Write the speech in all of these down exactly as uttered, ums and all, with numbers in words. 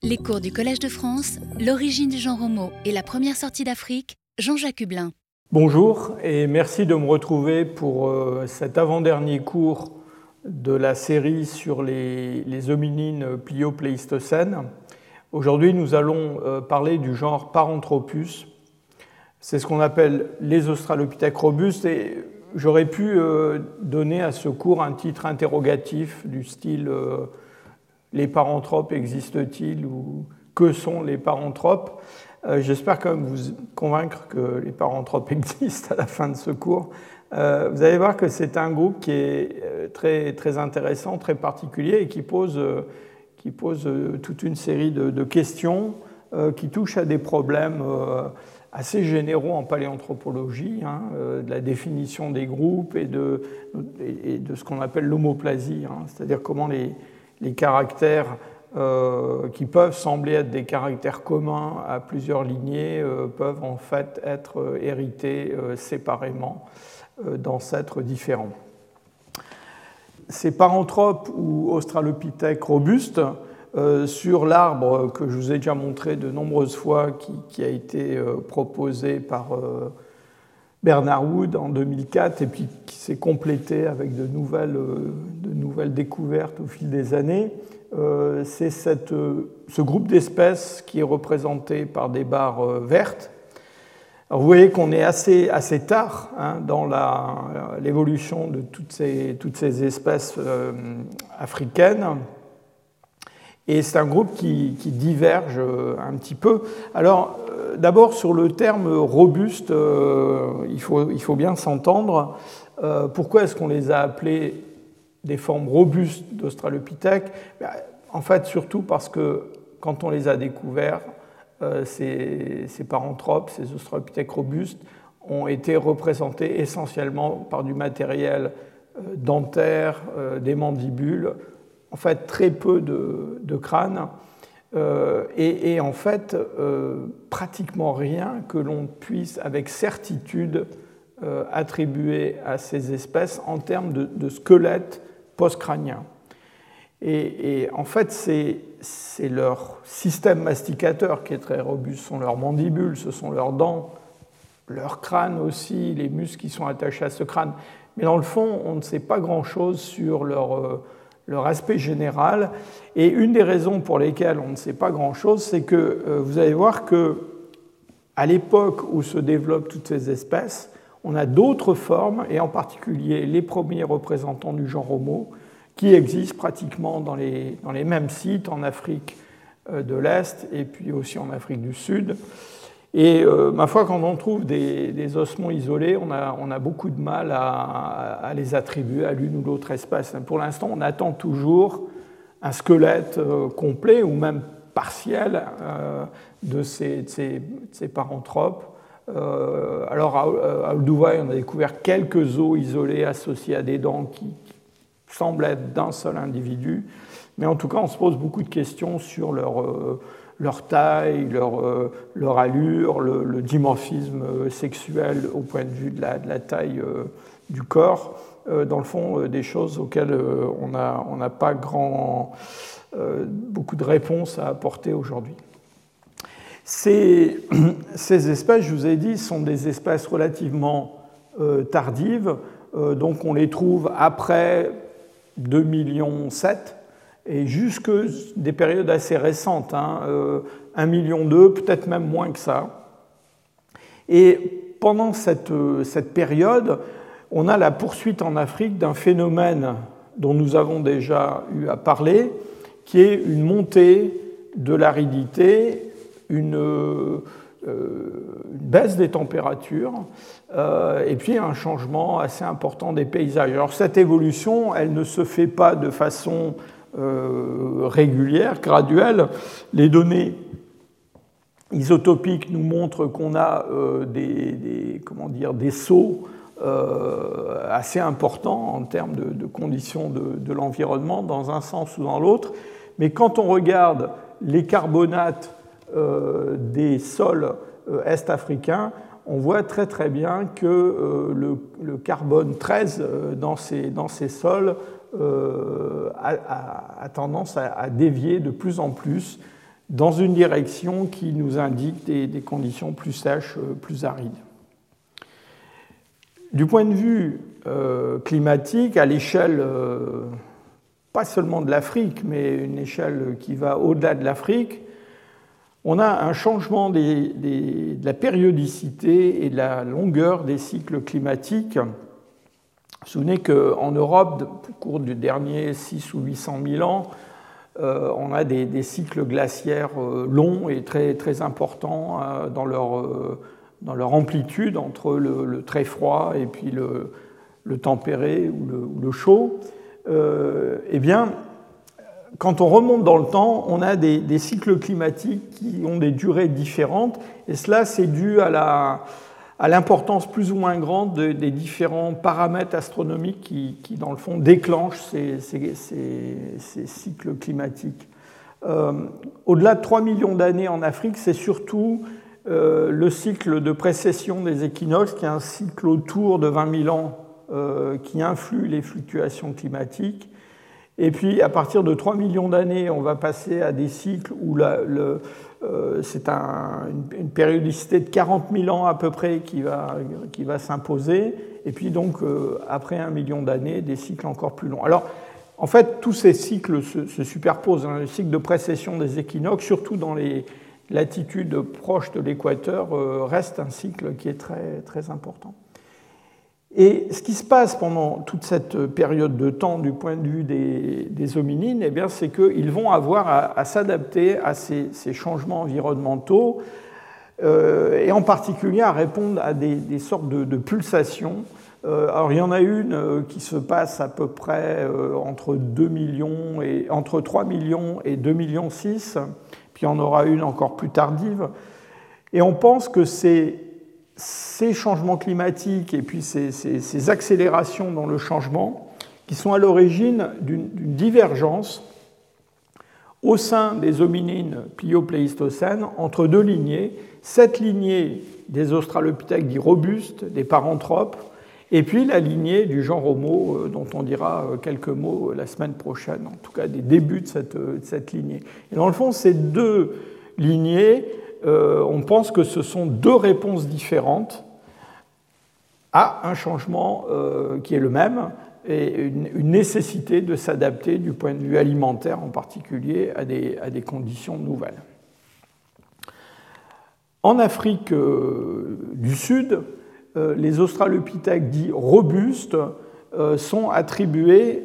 Les cours du Collège de France, l'origine du genre Homo et la première sortie d'Afrique, Jean-Jacques Hublin. Bonjour et merci de me retrouver pour euh, cet avant-dernier cours de la série sur les, les hominines pliopléistocènes. Aujourd'hui, nous allons euh, parler du genre Paranthropus. C'est ce qu'on appelle les australopithèques robustes et j'aurais pu euh, donner à ce cours un titre interrogatif du style euh, les paranthropes existent-ils ou que sont les paranthropes. Euh, j'espère quand même vous convaincre que les paranthropes existent à la fin de ce cours. Euh, vous allez voir que c'est un groupe qui est très, très intéressant, très particulier et qui pose, euh, qui pose euh, toute une série de, de questions euh, qui touchent à des problèmes euh, assez généraux en paléanthropologie, hein, euh, de la définition des groupes et de, et de ce qu'on appelle l'homoplasie, hein, c'est-à-dire comment les, les caractères euh, qui peuvent sembler être des caractères communs à plusieurs lignées euh, peuvent en fait être euh, hérités euh, séparément euh, d'ancêtres différents. Ces paranthropes ou australopithèques robustes, Euh, sur l'arbre que je vous ai déjà montré de nombreuses fois, qui, qui a été euh, proposé par euh, Bernard Wood en deux mille quatre et puis qui s'est complété avec de nouvelles, euh, de nouvelles découvertes au fil des années, euh, c'est cette, euh, ce groupe d'espèces qui est représenté par des barres euh, vertes. Alors vous voyez qu'on est assez, assez tard hein, dans la, l'évolution de toutes ces, toutes ces espèces euh, africaines. Et c'est un groupe qui, qui diverge un petit peu. Alors, euh, d'abord, sur le terme robuste, euh, il, faut, il faut bien s'entendre. Euh, pourquoi est-ce qu'on les a appelés des formes robustes d'Australopithèques ? Ben, en fait, surtout parce que quand on les a découverts, euh, ces, ces paranthropes, ces Australopithèques robustes, ont été représentés essentiellement par du matériel euh, dentaire, euh, des mandibules, en fait très peu de, de crâne euh, et, et en fait euh, pratiquement rien que l'on puisse avec certitude euh, attribuer à ces espèces en termes de, de squelette post-crânien. Et, et en fait c'est, c'est leur système masticateur qui est très robuste, ce sont leurs mandibules, ce sont leurs dents, leur crâne aussi, les muscles qui sont attachés à ce crâne. Mais dans le fond, on ne sait pas grand-chose sur leur euh, leur aspect général. Et une des raisons pour lesquelles on ne sait pas grand-chose, c'est que euh, vous allez voir qu'à l'époque où se développent toutes ces espèces, on a d'autres formes, et en particulier les premiers représentants du genre Homo, qui existent pratiquement dans les, dans les mêmes sites en Afrique euh, de l'Est et puis aussi en Afrique du Sud. Et euh, ma foi, quand on trouve des, des ossements isolés, on a, on a beaucoup de mal à, à les attribuer à l'une ou l'autre espèce. Pour l'instant, on attend toujours un squelette euh, complet ou même partiel euh, de ces, de ces, de ces paranthropes. Euh, alors, à, à Olduvai, on a découvert quelques os isolés associés à des dents qui, qui semblent être d'un seul individu. Mais en tout cas, on se pose beaucoup de questions sur leur... Euh, leur taille, leur, euh, leur allure, le, le dimorphisme sexuel au point de vue de la, de la taille euh, du corps, euh, dans le fond, euh, des choses auxquelles euh, on n'a on n'a pas grand, euh, beaucoup de réponses à apporter aujourd'hui. Ces, ces espèces, je vous ai dit, sont des espèces relativement euh, tardives, euh, donc on les trouve après deux virgule sept millions et jusque des périodes assez récentes, hein, euh, un virgule deux million, peut-être même moins que ça. Et pendant cette, cette période, on a la poursuite en Afrique d'un phénomène dont nous avons déjà eu à parler, qui est une montée de l'aridité, une, euh, une baisse des températures, euh, et puis un changement assez important des paysages. Alors cette évolution, elle ne se fait pas de façon Euh, régulière, graduelle. Les données isotopiques nous montrent qu'on a euh, des, des, comment dire, des sauts euh, assez importants en termes de, de conditions de, de l'environnement, dans un sens ou dans l'autre. Mais quand on regarde les carbonates euh, des sols euh, est-africains, on voit très très bien que euh, le, le carbone treize euh, dans, ces, dans ces sols euh, a, a, a tendance à, à dévier de plus en plus dans une direction qui nous indique des, des conditions plus sèches, plus arides. Du point de vue euh, climatique, à l'échelle euh, pas seulement de l'Afrique, mais une échelle qui va au-delà de l'Afrique, on a un changement des, des, de la périodicité et de la longueur des cycles climatiques. Vous vous souvenez qu'en Europe, au cours du dernier six ou huit cent mille ans, euh, on a des, des cycles glaciaires euh, longs et très, très importants euh, dans, leur, euh, dans leur amplitude entre le, le très froid et puis le, le tempéré ou le, ou le chaud. Euh, eh bien, quand on remonte dans le temps, on a des, des cycles climatiques qui ont des durées différentes, et cela, c'est dû à, la, à l'importance plus ou moins grande de, des différents paramètres astronomiques qui, qui, dans le fond, déclenchent ces, ces, ces, ces cycles climatiques. Euh, au-delà de trois millions d'années en Afrique, c'est surtout euh, le cycle de précession des équinoxes, qui est un cycle autour de vingt mille ans, euh, qui influe les fluctuations climatiques. Et puis, à partir de trois millions d'années, on va passer à des cycles où la, le, euh, c'est un, une, une périodicité de quarante mille ans à peu près qui va, qui va s'imposer. Et puis, donc, euh, après un million d'années, des cycles encore plus longs. Alors, en fait, tous ces cycles se, se superposent. Hein. Le cycle de précession des équinoxes, surtout dans les latitudes proches de l'équateur, euh, reste un cycle qui est très, très important. Et ce qui se passe pendant toute cette période de temps du point de vue des, des hominines, eh bien, c'est qu'ils vont avoir à, à s'adapter à ces, ces changements environnementaux euh, et en particulier à répondre à des, des sortes de, de pulsations. Euh, alors, il y en a une euh, qui se passe à peu près euh, entre, deux millions et, entre trois millions et deux millions six, puis il y en aura une encore plus tardive. Et on pense que c'est ces changements climatiques et puis ces, ces, ces accélérations dans le changement qui sont à l'origine d'une, d'une divergence au sein des hominines pliopléistocènes entre deux lignées, cette lignée des australopithèques dits robustes, des paranthropes, et puis la lignée du genre Homo, dont on dira quelques mots la semaine prochaine, en tout cas des débuts de cette, de cette lignée. Et dans le fond, ces deux lignées, Euh, on pense que ce sont deux réponses différentes à un changement euh, qui est le même et une, une nécessité de s'adapter du point de vue alimentaire en particulier à des, à des conditions nouvelles. En Afrique euh, du Sud, euh, les australopithèques dits robustes euh, sont attribués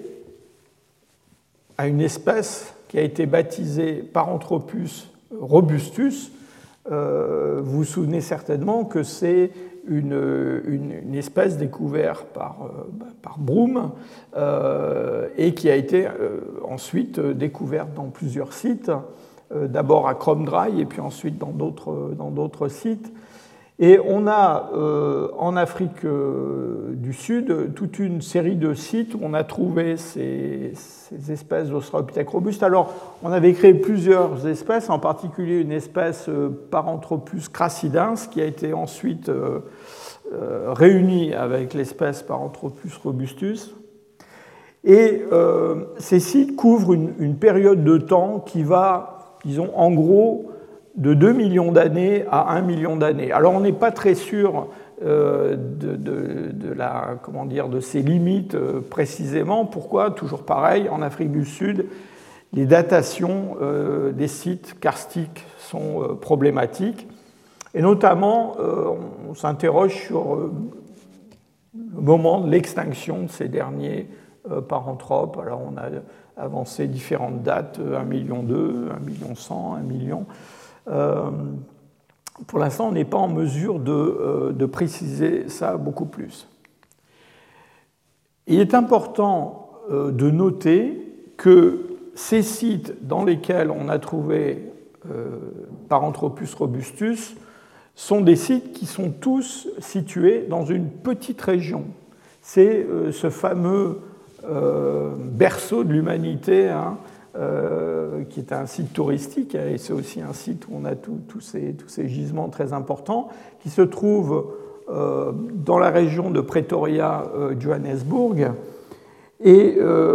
à une espèce qui a été baptisée Paranthropus robustus. Euh, vous vous souvenez certainement que c'est une, une, une espèce découverte par, euh, par Broom euh, et qui a été euh, ensuite découverte dans plusieurs sites, euh, d'abord à Kromdraai et puis ensuite dans d'autres, dans d'autres sites. Et on a euh, en Afrique euh, du Sud toute une série de sites où on a trouvé ces, ces espèces d'australopithèques robustes. Alors, on avait créé plusieurs espèces, en particulier une espèce euh, Paranthropus crassidens, qui a été ensuite euh, euh, réunie avec l'espèce Paranthropus robustus. Et euh, ces sites couvrent une, une période de temps qui va, disons, en gros, de deux millions d'années à un million d'années. Alors on n'est pas très sûr euh, de, de, de, la, comment dire, de ces limites euh, précisément. Pourquoi ? Toujours pareil, en Afrique du Sud, les datations euh, des sites karstiques sont euh, problématiques. Et notamment, euh, on s'interroge sur euh, le moment de l'extinction de ces derniers euh, paranthropes. Alors on a avancé différentes dates, un million deux, un million cent, un million. Euh, pour l'instant, on n'est pas en mesure de, euh, de préciser ça beaucoup plus. Il est important euh, de noter que ces sites dans lesquels on a trouvé euh, Paranthropus robustus sont des sites qui sont tous situés dans une petite région. C'est euh, ce fameux euh, berceau de l'humanité, hein, Euh, qui est un site touristique, et c'est aussi un site où on a tous ces, tous ces gisements très importants, qui se trouve euh, dans la région de Pretoria, euh, Johannesburg. Et euh,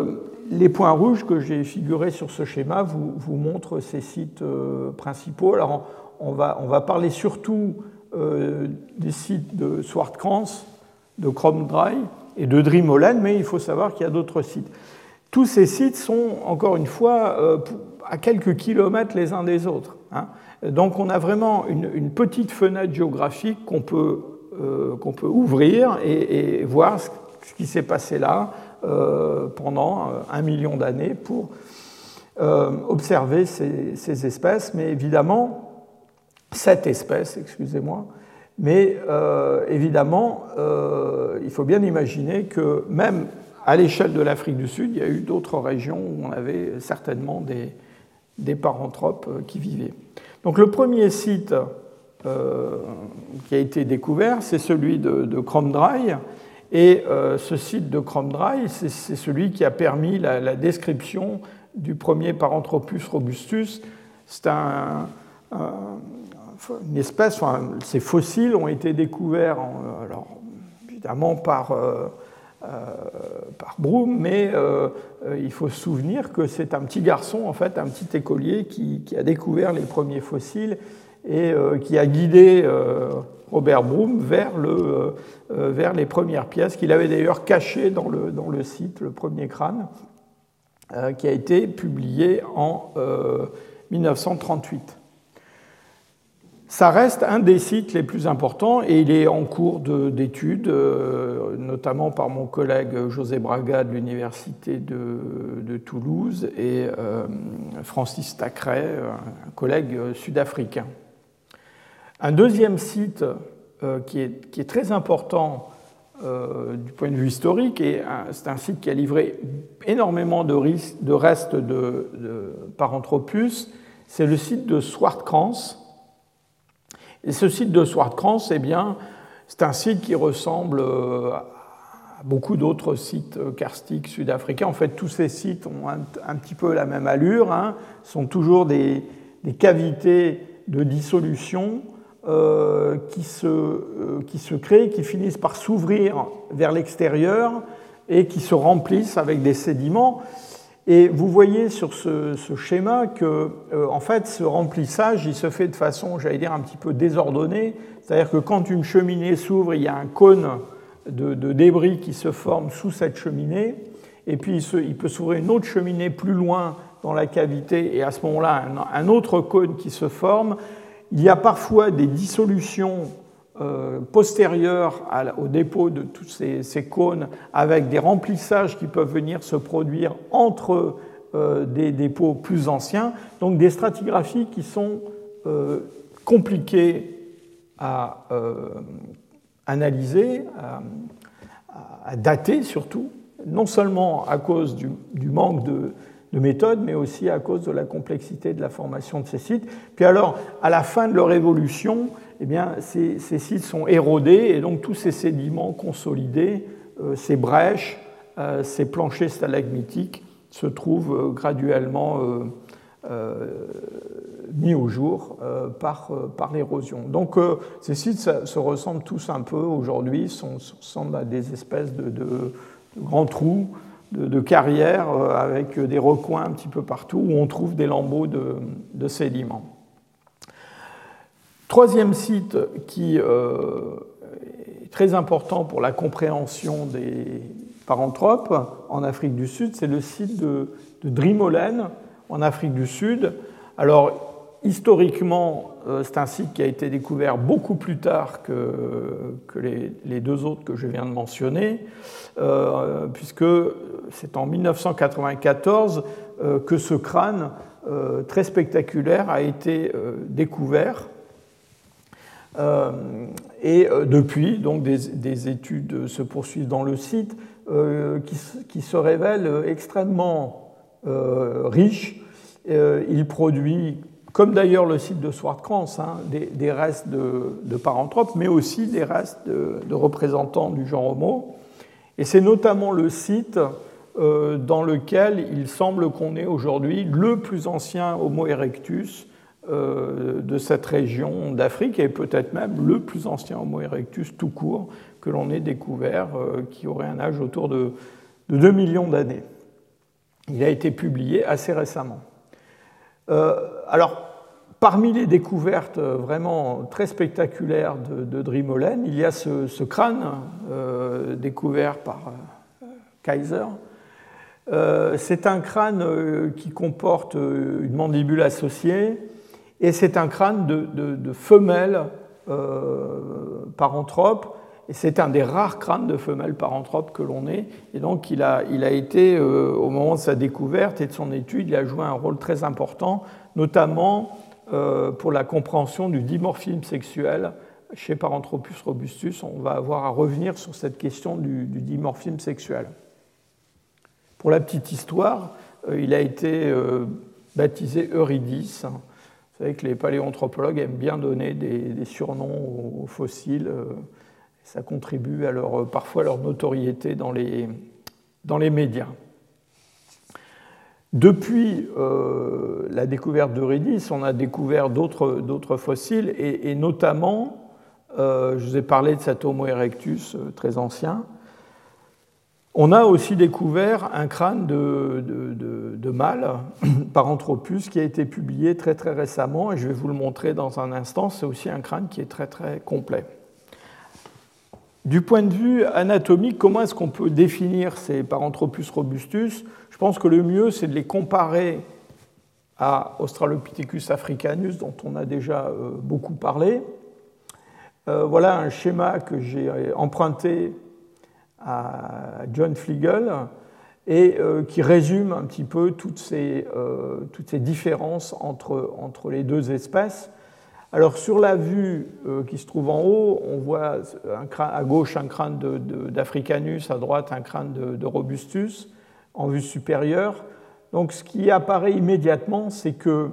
les points rouges que j'ai figurés sur ce schéma vous, vous montrent ces sites euh, principaux. Alors, on va, on va parler surtout euh, des sites de Swartkrans, de Kromdraai et de Drimolen, mais il faut savoir qu'il y a d'autres sites. Tous ces sites sont, encore une fois, euh, à quelques kilomètres les uns des autres. Hein. Donc, on a vraiment une, une petite fenêtre géographique qu'on peut, euh, qu'on peut ouvrir et, et voir ce, ce qui s'est passé là euh, pendant un million d'années pour euh, observer ces, ces espèces. Mais évidemment, cette espèce, excusez-moi, mais euh, évidemment, euh, il faut bien imaginer que même à l'échelle de l'Afrique du Sud, il y a eu d'autres régions où on avait certainement des, des paranthropes qui vivaient. Donc le premier site euh, qui a été découvert, c'est celui de, de Kromdraai. Et euh, ce site de Kromdraai, c'est, c'est celui qui a permis la, la description du premier Paranthropus robustus. C'est un, un, une espèce, enfin, ces fossiles ont été découverts, en, alors, évidemment par... Euh, Euh, par Broom, mais euh, euh, il faut se souvenir que c'est un petit garçon, en fait, un petit écolier qui, qui a découvert les premiers fossiles et euh, qui a guidé euh, Robert Broom vers, le, euh, vers les premières pièces qu'il avait d'ailleurs cachées dans le, dans le site, le premier crâne, euh, qui a été publié en euh, mille neuf cent trente-huit. Ça reste un des sites les plus importants et il est en cours de, d'études, euh, notamment par mon collègue José Braga de l'Université de, de Toulouse et euh, Francis Thackeray, un collègue sud-africain. Un deuxième site euh, qui, est, qui est très important euh, du point de vue historique, et un, c'est un site qui a livré énormément de, risques, de restes de, de Paranthropus, c'est le site de Swartkrans. Et ce site de Swartkrans, eh bien, c'est un site qui ressemble à beaucoup d'autres sites karstiques sud-africains. En fait, tous ces sites ont un, un petit peu la même allure, hein, sont toujours des, des cavités de dissolution euh, qui, se, euh, qui se créent, qui finissent par s'ouvrir vers l'extérieur et qui se remplissent avec des sédiments. Et vous voyez sur ce, ce schéma que, euh, en fait, ce remplissage, il se fait de façon, j'allais dire, un petit peu désordonnée. C'est-à-dire que quand une cheminée s'ouvre, il y a un cône de, de débris qui se forme sous cette cheminée. Et puis, il, se, il peut s'ouvrir une autre cheminée plus loin dans la cavité, et à ce moment-là, un, un autre cône qui se forme. Il y a parfois des dissolutions Euh, postérieure à, au dépôt de tous ces, ces cônes, avec des remplissages qui peuvent venir se produire entre euh, des dépôts plus anciens, donc des stratigraphies qui sont euh, compliquées à euh, analyser, à, à dater surtout, non seulement à cause du, du manque de, de méthodes, mais aussi à cause de la complexité de la formation de ces sites. Puis alors, à la fin de leur évolution, eh bien, ces, ces sites sont érodés et donc tous ces sédiments consolidés, euh, ces brèches, euh, ces planchers stalagmitiques se trouvent euh, graduellement euh, euh, mis au jour euh, par, euh, par l'érosion. Donc euh, ces sites ça, se ressemblent tous un peu aujourd'hui, sont, ressemblent à des espèces de, de, de grands trous, de, de carrières euh, avec des recoins un petit peu partout où on trouve des lambeaux de, de sédiments. Troisième site qui euh, est très important pour la compréhension des paranthropes en Afrique du Sud, c'est le site de, de Drimolen en Afrique du Sud. Alors, historiquement, euh, c'est un site qui a été découvert beaucoup plus tard que, que les, les deux autres que je viens de mentionner, euh, puisque c'est en mille neuf cent quatre-vingt-quatorze euh, que ce crâne euh, très spectaculaire a été euh, découvert. Euh, et euh, depuis, donc, des, des études se poursuivent dans le site euh, qui, qui se révèlent extrêmement euh, riches. Euh, il produit, comme d'ailleurs le site de Swartkrans, hein, des, des restes de, de paranthropes, mais aussi des restes de, de représentants du genre Homo. Et c'est notamment le site euh, dans lequel il semble qu'on ait aujourd'hui le plus ancien Homo erectus de cette région d'Afrique, et peut-être même le plus ancien Homo erectus tout court que l'on ait découvert, qui aurait un âge autour de, de deux millions d'années. Il a été publié assez récemment. Euh, alors, parmi les découvertes vraiment très spectaculaires de, de Drimolen, il y a ce, ce crâne euh, découvert par euh, Kaiser. Euh, c'est un crâne euh, qui comporte une mandibule associée et c'est un crâne de, de, de femelle euh, paranthrope. Et c'est un des rares crânes de femelles paranthropes que l'on ait. Et donc, il a, il a été, euh, au moment de sa découverte et de son étude, il a joué un rôle très important, notamment euh, pour la compréhension du dimorphisme sexuel chez Paranthropus robustus. On va avoir à revenir sur cette question du, du dimorphisme sexuel. Pour la petite histoire, euh, il a été euh, baptisé Eurydice. Vous savez que les paléoanthropologues aiment bien donner des, des surnoms aux, aux fossiles. Euh, Ça contribue à leur, parfois à leur notoriété dans les, dans les médias. Depuis euh, la découverte d'Eurydice, on a découvert d'autres, d'autres fossiles, et, et notamment, euh, je vous ai parlé de cet Homo erectus euh, très ancien. On a aussi découvert un crâne de, de, de, de mâle, Paranthropus, qui a été publié très très récemment, et je vais vous le montrer dans un instant. C'est aussi un crâne qui est très très complet. Du point de vue anatomique, comment est-ce qu'on peut définir ces Paranthropus robustus? Je pense que le mieux, c'est de les comparer à Australopithecus africanus, dont on a déjà beaucoup parlé. Euh, voilà un schéma que j'ai emprunté à John Flegel et euh, qui résume un petit peu toutes ces, euh, toutes ces différences entre, entre les deux espèces. Alors, sur la vue euh, qui se trouve en haut, on voit un crâne, à gauche un crâne de, de, d'Africanus, à droite un crâne de, de Robustus, en vue supérieure. Donc, ce qui apparaît immédiatement, c'est que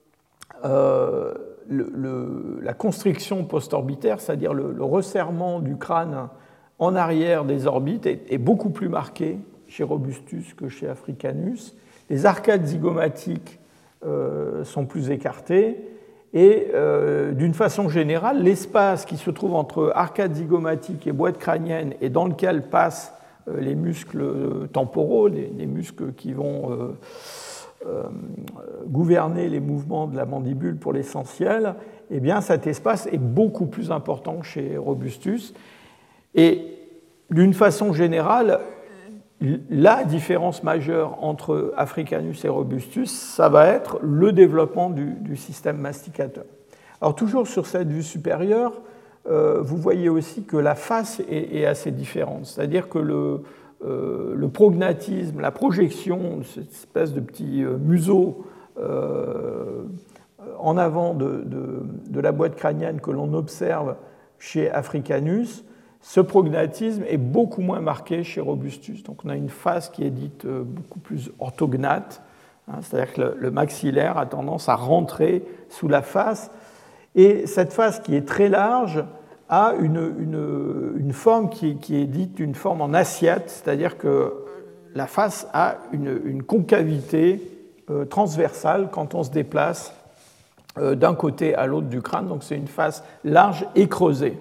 euh, le, le, la constriction postorbitaire, c'est-à-dire le, le resserrement du crâne en arrière des orbites, est, est beaucoup plus marqué chez Robustus que chez Africanus. Les arcades zygomatiques euh, sont plus écartées. Et euh, d'une façon générale, l'espace qui se trouve entre arcade zygomatique et boîte crânienne et dans lequel passent euh, les muscles temporaux, les, les muscles qui vont euh, euh, gouverner les mouvements de la mandibule pour l'essentiel, eh bien cet espace est beaucoup plus important chez Robustus. Et d'une façon générale, la différence majeure entre Africanus et Robustus, ça va être le développement du, du système masticateur. Alors toujours sur cette vue supérieure, euh, vous voyez aussi que la face est, est assez différente. C'est-à-dire que le, euh, le prognatisme, la projection, cette espèce de petit museau euh, en avant de, de, de la boîte crânienne que l'on observe chez Africanus, ce prognatisme est beaucoup moins marqué chez Robustus. Donc on a une face qui est dite beaucoup plus orthognate, hein, c'est-à-dire que le, le maxillaire a tendance à rentrer sous la face. Et cette face qui est très large a une, une, une forme qui, qui est dite une forme en assiette, c'est-à-dire que la face a une, une concavité euh, transversale quand on se déplace euh, d'un côté à l'autre du crâne. Donc c'est une face large et creusée.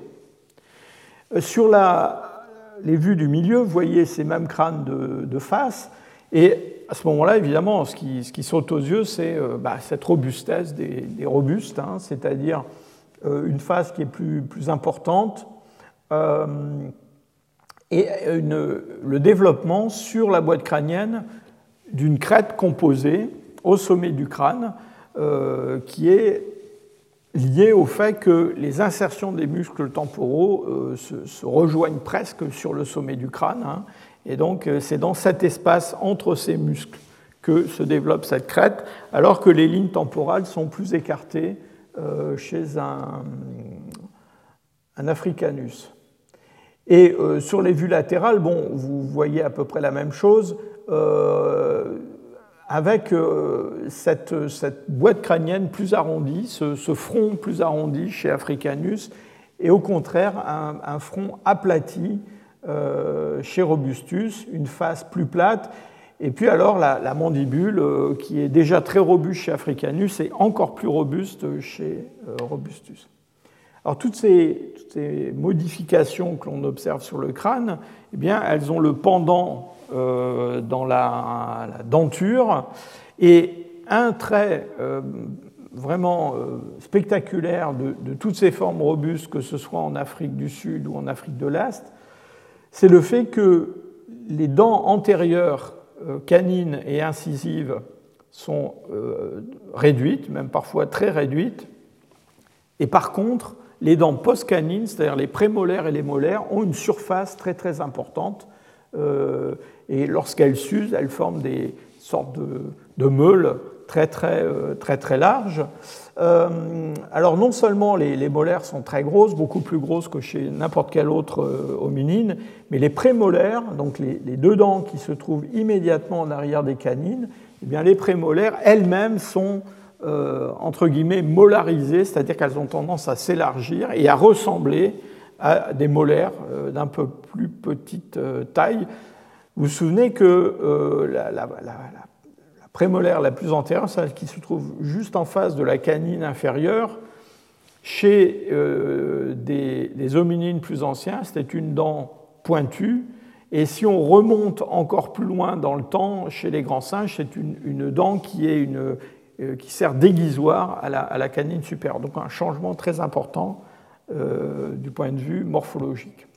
Sur la, les vues du milieu, vous voyez ces mêmes crânes de, de face, et à ce moment-là, évidemment, ce qui, ce qui saute aux yeux, c'est euh, bah, cette robustesse des, des robustes, hein, c'est-à-dire euh, une face qui est plus, plus importante, euh, et une, le développement sur la boîte crânienne d'une crête composée au sommet du crâne, euh, qui est lié au fait que les insertions des muscles temporaux euh, se, se rejoignent presque sur le sommet du crâne. Hein, et donc, c'est dans cet espace entre ces muscles que se développe cette crête, alors que les lignes temporales sont plus écartées euh, chez un, un Africanus. Et euh, sur les vues latérales, bon, vous voyez à peu près la même chose. Euh, avec cette, cette boîte crânienne plus arrondie, ce, ce front plus arrondi chez Africanus, et au contraire un, un front aplati euh, chez Robustus, une face plus plate, et puis alors la, la mandibule euh, qui est déjà très robuste chez Africanus et encore plus robuste chez euh, Robustus. Alors toutes ces, toutes ces modifications que l'on observe sur le crâne, eh bien, elles ont le pendant euh, dans la, la denture. Et un trait euh, vraiment euh, spectaculaire de, de toutes ces formes robustes, que ce soit en Afrique du Sud ou en Afrique de l'Est, c'est le fait que les dents antérieures, euh, canines et incisives, sont euh, réduites, même parfois très réduites. Et par contre, les dents post-canines, c'est-à-dire les prémolaires et les molaires, ont une surface très très importante. Euh, et lorsqu'elles s'usent, elles forment des sortes de, de meules très très très très larges. Euh, alors non seulement les, les molaires sont très grosses, beaucoup plus grosses que chez n'importe quel autre euh, hominine, mais les prémolaires, donc les, les deux dents qui se trouvent immédiatement en arrière des canines, eh bien les prémolaires elles-mêmes sont euh, entre guillemets molarisées, c'est-à-dire qu'elles ont tendance à s'élargir et à ressembler à des molaires euh, d'un peu plus petite euh, taille. Vous vous souvenez que euh, la, la, la, la prémolaire la plus antérieure, celle qui se trouve juste en face de la canine inférieure, chez euh, des, des hominines plus anciens, c'était une dent pointue. Et si on remonte encore plus loin dans le temps, chez les grands singes, c'est une, une dent qui, est une, euh, qui sert d'aiguisoire à la, à la canine supérieure. Donc un changement très important euh, du point de vue morphologique.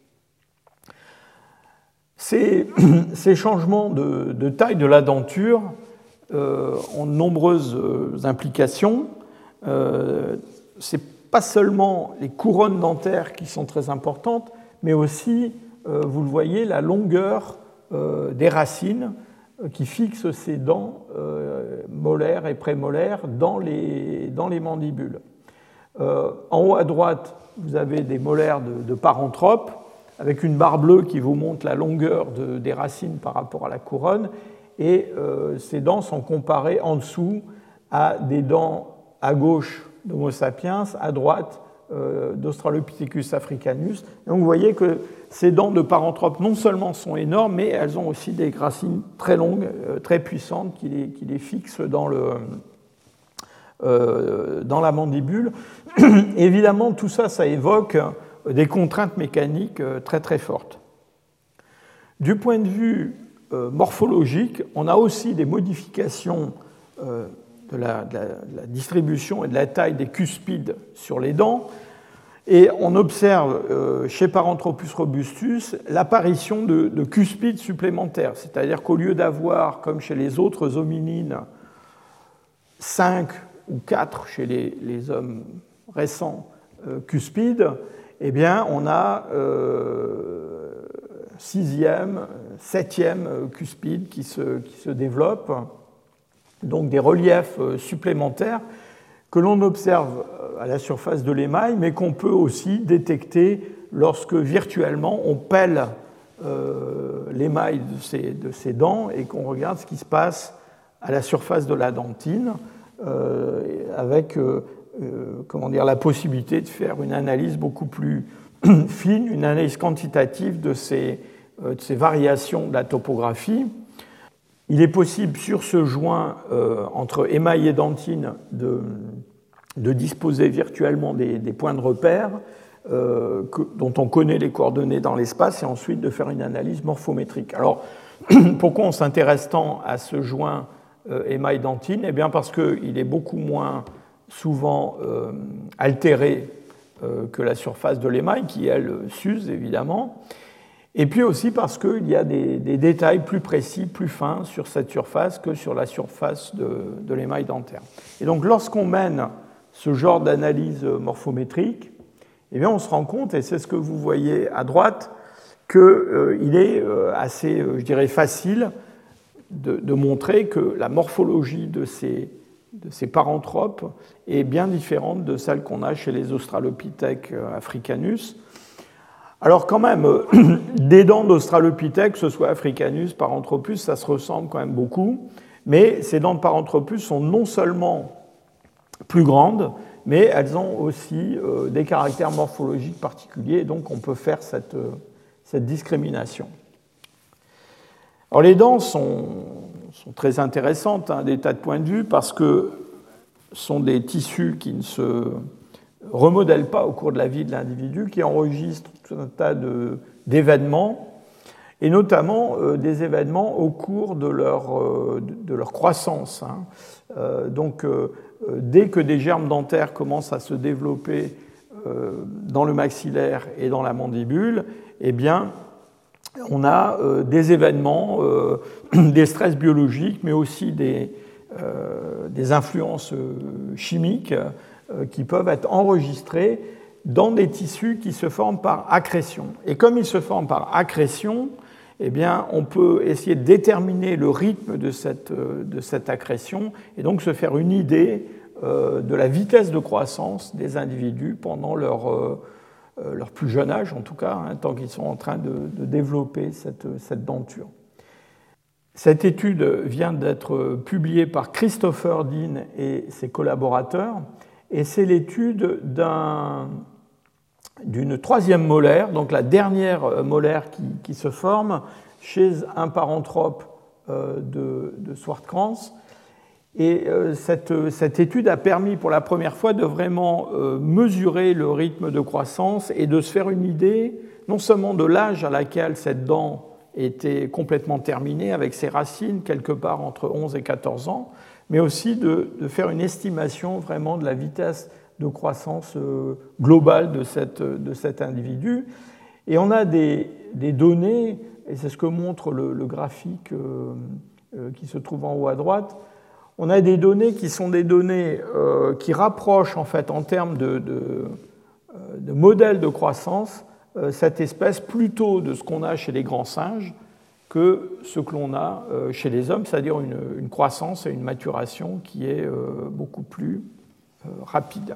Ces, ces changements de, de taille de la denture Euh, ont de nombreuses implications. Euh, Ce n'est pas seulement les couronnes dentaires qui sont très importantes, mais aussi, euh, vous le voyez, la longueur euh, des racines euh, qui fixent ces dents euh, molaires et prémolaires dans les, dans les mandibules. Euh, en haut à droite, vous avez des molaires de, de paranthrope, avec une barre bleue qui vous montre la longueur de, des racines par rapport à la couronne. Et euh, ces dents sont comparées en dessous à des dents à gauche d'Homo sapiens, à droite euh, d'Australopithecus africanus. Et donc vous voyez que ces dents de paranthrope non seulement sont énormes, mais elles ont aussi des racines très longues, euh, très puissantes, qui les, qui les fixent dans, le, euh, dans la mandibule. Évidemment, tout ça, ça évoque des contraintes mécaniques très très fortes. Du point de vue Euh, morphologique, on a aussi des modifications euh, de, la, de, la, de la distribution et de la taille des cuspides sur les dents. Et on observe euh, chez Paranthropus robustus l'apparition de, de cuspides supplémentaires. C'est-à-dire qu'au lieu d'avoir, comme chez les autres hominines, cinq ou quatre chez les, les hommes récents euh, cuspides, eh bien, on a euh, sixième, septième cuspide qui se, qui se développe, donc des reliefs supplémentaires que l'on observe à la surface de l'émail, mais qu'on peut aussi détecter lorsque virtuellement on pèle euh, l'émail de ces, de ces dents et qu'on regarde ce qui se passe à la surface de la dentine, euh, avec euh, euh, comment dire, la possibilité de faire une analyse beaucoup plus fine, une analyse quantitative de ces, euh, de ces variations de la topographie. Il est possible sur ce joint euh, entre émail et dentine de, de disposer virtuellement des, des points de repère euh, que, dont on connaît les coordonnées dans l'espace et ensuite de faire une analyse morphométrique. Alors, pourquoi on s'intéresse tant à ce joint euh, émail-dentine ? Eh bien parce qu'il est beaucoup moins souvent euh, altéré euh, que la surface de l'émail, qui, elle, s'use évidemment. Et puis aussi parce qu'il y a des, des détails plus précis, plus fins sur cette surface que sur la surface de, de l'émail dentaire. Et donc lorsqu'on mène ce genre d'analyse morphométrique, eh bien on se rend compte, et c'est ce que vous voyez à droite, qu'il euh, est euh, assez, euh, je dirais, facile de, de montrer que la morphologie de ces, de ces paranthropes est bien différente de celle qu'on a chez les Australopithèques africanus. Alors quand même, des dents d'Australopithèque, que ce soit Africanus, Paranthropus, ça se ressemble quand même beaucoup, mais ces dents de Paranthropus sont non seulement plus grandes, mais elles ont aussi euh, des caractères morphologiques particuliers, donc on peut faire cette, euh, cette discrimination. Alors les dents sont, sont très intéressantes, hein, des tas de points de vue, parce que ce sont des tissus qui ne se remodèlent pas au cours de la vie de l'individu, qui enregistrent tout un tas de, d'événements et notamment euh, des événements au cours de leur, euh, de leur croissance. Hein. Euh, donc, euh, dès que des germes dentaires commencent à se développer euh, dans le maxillaire et dans la mandibule, eh bien, on a euh, des événements, euh, des stress biologiques, mais aussi des, euh, des influences chimiques euh, qui peuvent être enregistrées dans des tissus qui se forment par accrétion. Et comme ils se forment par accrétion, eh bien, on peut essayer de déterminer le rythme de cette, de cette accrétion et donc se faire une idée euh, de la vitesse de croissance des individus pendant leur, euh, leur plus jeune âge, en tout cas, hein, tant qu'ils sont en train de, de développer cette, cette denture. Cette étude vient d'être publiée par Christopher Dean et ses collaborateurs, et c'est l'étude d'un, d'une troisième molaire, donc la dernière molaire qui, qui se forme chez un paranthrope euh, de, de Swartkrans. Et euh, cette, cette étude a permis pour la première fois de vraiment euh, mesurer le rythme de croissance et de se faire une idée non seulement de l'âge à laquelle cette dent était complètement terminée avec ses racines quelque part entre onze et quatorze ans, mais aussi de, de faire une estimation vraiment de la vitesse de croissance euh, globale de, cette, de cet individu. Et on a des, des données, et c'est ce que montre le, le graphique euh, euh, qui se trouve en haut à droite, on a des données qui sont des données euh, qui rapprochent en fait en termes de, de, de modèles de croissance euh, cette espèce plutôt de ce qu'on a chez les grands singes que ce que l'on a euh, chez les hommes, c'est-à-dire une, une croissance et une maturation qui est euh, beaucoup plus euh, rapide.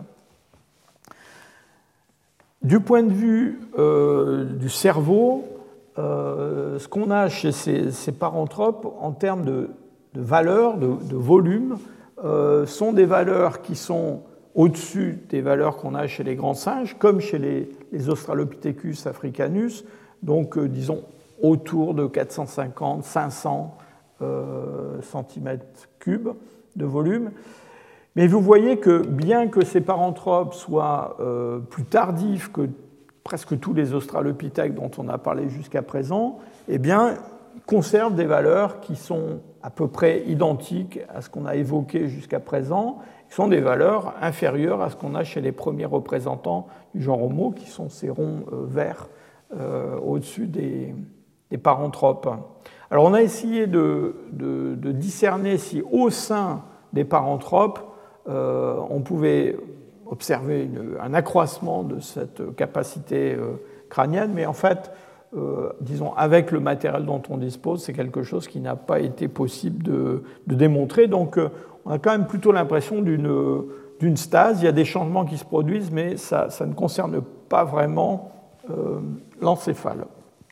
Du point de vue euh, du cerveau, euh, ce qu'on a chez ces, ces paranthropes en termes de de valeurs, de, de volume, euh, sont des valeurs qui sont au-dessus des valeurs qu'on a chez les grands singes, comme chez les, les Australopithecus africanus, donc euh, disons autour de quatre cent cinquante à cinq cents euh, centimètres cubes de volume. Mais vous voyez que bien que ces paranthropes soient euh, plus tardifs que presque tous les Australopithèques dont on a parlé jusqu'à présent, eh bien, ils conservent des valeurs qui sont à peu près identiques à ce qu'on a évoqué jusqu'à présent, qui sont des valeurs inférieures à ce qu'on a chez les premiers représentants du genre Homo, qui sont ces ronds euh, verts euh, au-dessus des, des paranthropes. Alors on a essayé de, de, de discerner si au sein des paranthropes, euh, on pouvait observer une, un accroissement de cette capacité euh, crânienne, mais en fait, Euh, disons, avec le matériel dont on dispose, c'est quelque chose qui n'a pas été possible de, de démontrer. Donc, euh, on a quand même plutôt l'impression d'une, d'une stase. Il y a des changements qui se produisent, mais ça, ça ne concerne pas vraiment euh, l'encéphale.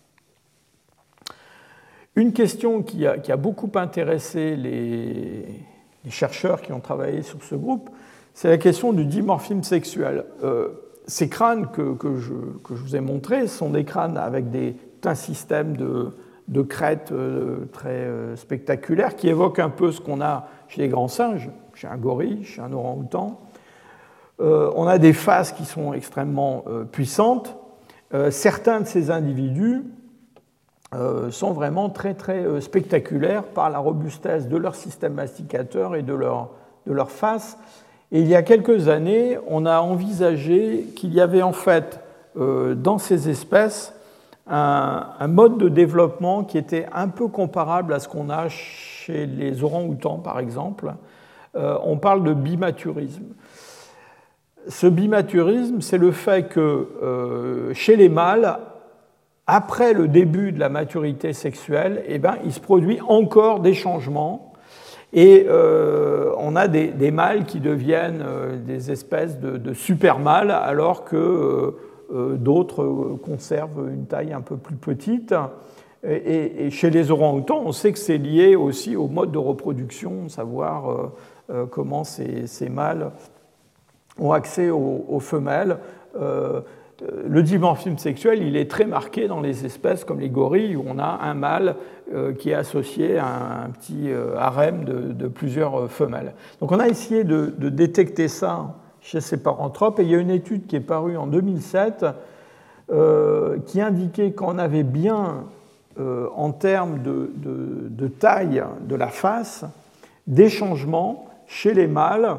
Une question qui a, qui a beaucoup intéressé les, les chercheurs qui ont travaillé sur ce groupe, c'est la question du dimorphisme sexuel. Euh, Ces crânes que, que, je, que je vous ai montrés sont des crânes avec des, un système de, de crêtes euh, très euh, spectaculaires qui évoquent un peu ce qu'on a chez les grands singes, chez un gorille, chez un orang-outan. Euh, on a des faces qui sont extrêmement euh, puissantes. Euh, certains de ces individus euh, sont vraiment très, très euh, spectaculaires par la robustesse de leur système masticateur et de leur, de leur face. Et il y a quelques années, on a envisagé qu'il y avait en fait euh, dans ces espèces un, un mode de développement qui était un peu comparable à ce qu'on a chez les orang-outans, par exemple. Euh, on parle de bimaturisme. Ce bimaturisme, c'est le fait que euh, chez les mâles, après le début de la maturité sexuelle, eh ben, il se produit encore des changements. Et euh, on a des, des mâles qui deviennent euh, des espèces de, de super mâles, alors que euh, d'autres conservent une taille un peu plus petite. Et, et chez les orang-outans, on sait que c'est lié aussi au mode de reproduction, savoir euh, euh, comment ces, ces mâles ont accès aux, aux femelles. Euh, Le dimorphisme sexuel, il est très marqué dans les espèces comme les gorilles, où on a un mâle qui est associé à un petit harem de, de plusieurs femelles. Donc on a essayé de, de détecter ça chez ces paranthropes, et il y a une étude qui est parue en deux mille sept euh, qui indiquait qu'on avait bien euh, en termes de, de, de taille de la face, des changements chez les mâles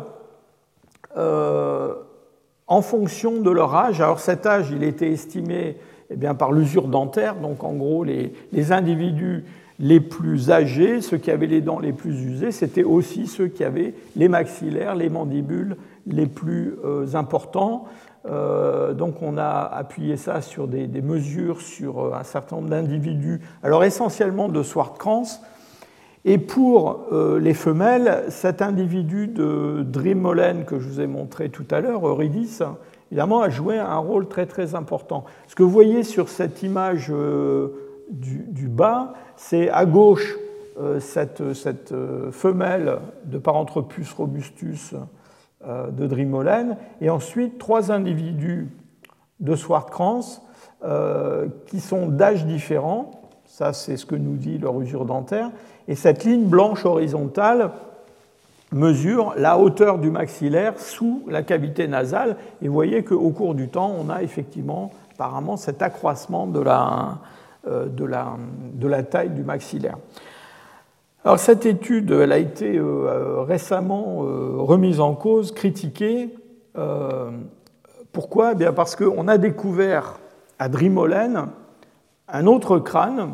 euh, en fonction de leur âge. Alors cet âge, il était estimé eh bien, par l'usure dentaire, donc en gros les, les individus les plus âgés, ceux qui avaient les dents les plus usées, c'était aussi ceux qui avaient les maxillaires, les mandibules les plus euh, importants. Euh, donc on a appuyé ça sur des, des mesures sur un certain nombre d'individus, alors essentiellement de Swartkrans. Et pour euh, les femelles, cet individu de Drimolen que je vous ai montré tout à l'heure, Eurydice, évidemment a joué un rôle très très important. Ce que vous voyez sur cette image euh, du, du bas, c'est à gauche euh, cette, cette euh, femelle de Paranthropus robustus euh, de Drimolen, et ensuite trois individus de Swartkrans euh, qui sont d'âges différents. Ça, c'est ce que nous dit leur usure dentaire. Et cette ligne blanche horizontale mesure la hauteur du maxillaire sous la cavité nasale. Et vous voyez qu'au cours du temps, on a effectivement, apparemment, cet accroissement de la, euh, de la, de la taille du maxillaire. Alors, cette étude, elle a été euh, récemment euh, remise en cause, critiquée. Euh, pourquoi ? Eh bien parce qu'on a découvert à Drimolen un autre crâne,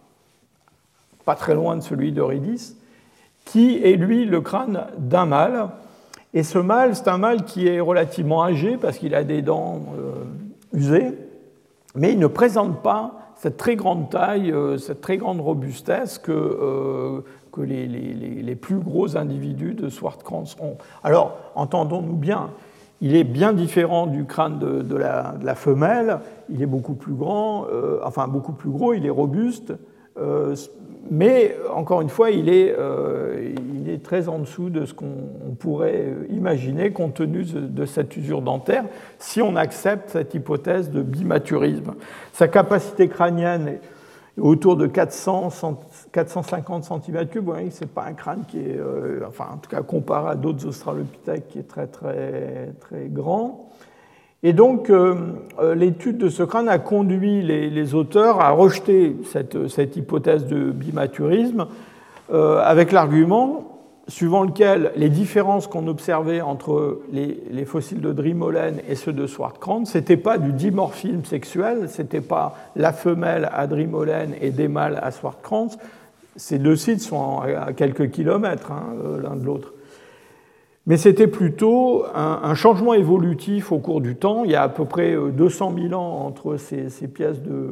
pas très loin de celui d'Eurydice, qui est lui le crâne d'un mâle. Et ce mâle, c'est un mâle qui est relativement âgé parce qu'il a des dents euh, usées, mais il ne présente pas cette très grande taille, euh, cette très grande robustesse que, euh, que les, les, les plus gros individus de Swartkrans ont. Alors, entendons-nous bien, il est bien différent du crâne de, de, la, de la femelle, il est beaucoup plus grand, euh, enfin beaucoup plus gros, il est robuste, euh, mais encore une fois, il est, euh, il est très en dessous de ce qu'on pourrait imaginer compte tenu de cette usure dentaire, si on accepte cette hypothèse de bimaturisme. Sa capacité crânienne est autour de quatre cents, quatre cent cinquante centimètres cubes. Vous voyez que ce n'est pas un crâne qui est, euh, enfin en tout cas comparé à d'autres australopithèques, qui est très très très grand. Et donc euh, l'étude de ce crâne a conduit les, les auteurs à rejeter cette, cette hypothèse de bimaturisme euh, avec l'argument suivant lequel les différences qu'on observait entre les, les fossiles de Drimolen et ceux de Swartkrans, ce n'était pas du dimorphisme sexuel, ce n'était pas la femelle à Drimolen et des mâles à Swartkrans. Ces deux sites sont à quelques kilomètres hein, l'un de l'autre. Mais c'était plutôt un, un changement évolutif au cours du temps. Il y a à peu près deux cent mille ans entre ces, ces pièces de,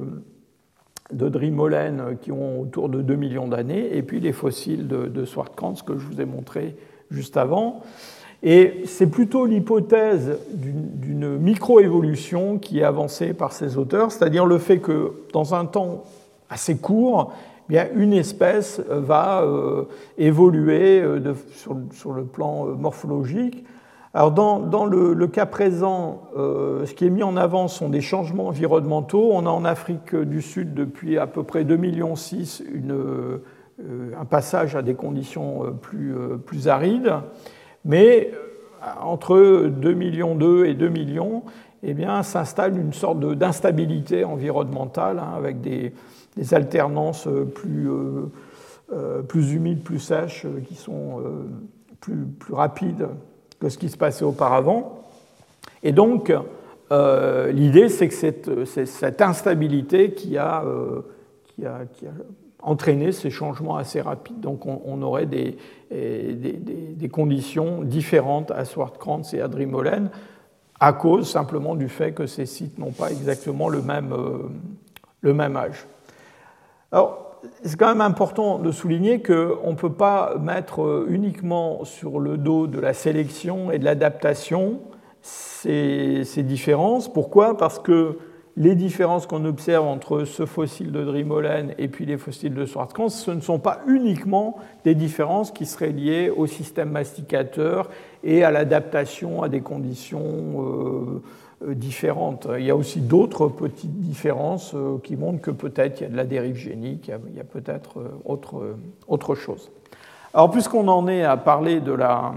de Drimolen qui ont autour de deux millions d'années et puis les fossiles de, de Swartkrans que je vous ai montré juste avant. Et c'est plutôt l'hypothèse d'une, d'une microévolution qui est avancée par ces auteurs, c'est-à-dire le fait que dans un temps assez court, bien, une espèce va euh, évoluer de, sur, sur le plan morphologique. Alors dans, dans le, le cas présent, euh, ce qui est mis en avant sont des changements environnementaux. On a en Afrique du Sud depuis à peu près deux virgule six millions une, euh, un passage à des conditions plus, euh, plus arides, mais entre deux virgule deux millions et deux millions, eh bien, s'installe une sorte de, d'instabilité environnementale hein, avec des des alternances plus, euh, euh, plus humides, plus sèches, euh, qui sont euh, plus, plus rapides que ce qui se passait auparavant. Et donc, euh, l'idée, c'est que cette, c'est cette instabilité qui a, euh, qui, a, qui a entraîné ces changements assez rapides. Donc, on, on aurait des, des, des, des conditions différentes à Swartkrans et à Drimolen, à cause simplement du fait que ces sites n'ont pas exactement le même, euh, le même âge. Alors, c'est quand même important de souligner qu'on ne peut pas mettre uniquement sur le dos de la sélection et de l'adaptation ces, ces différences. Pourquoi ? Parce que les différences qu'on observe entre ce fossile de Drimolen et puis les fossiles de Swartkrans, ce ne sont pas uniquement des différences qui seraient liées au système masticateur et à l'adaptation à des conditions euh, différentes. Il y a aussi d'autres petites différences qui montrent que peut-être il y a de la dérive génique, il y a peut-être autre, autre chose. Alors, puisqu'on en est à parler de, la,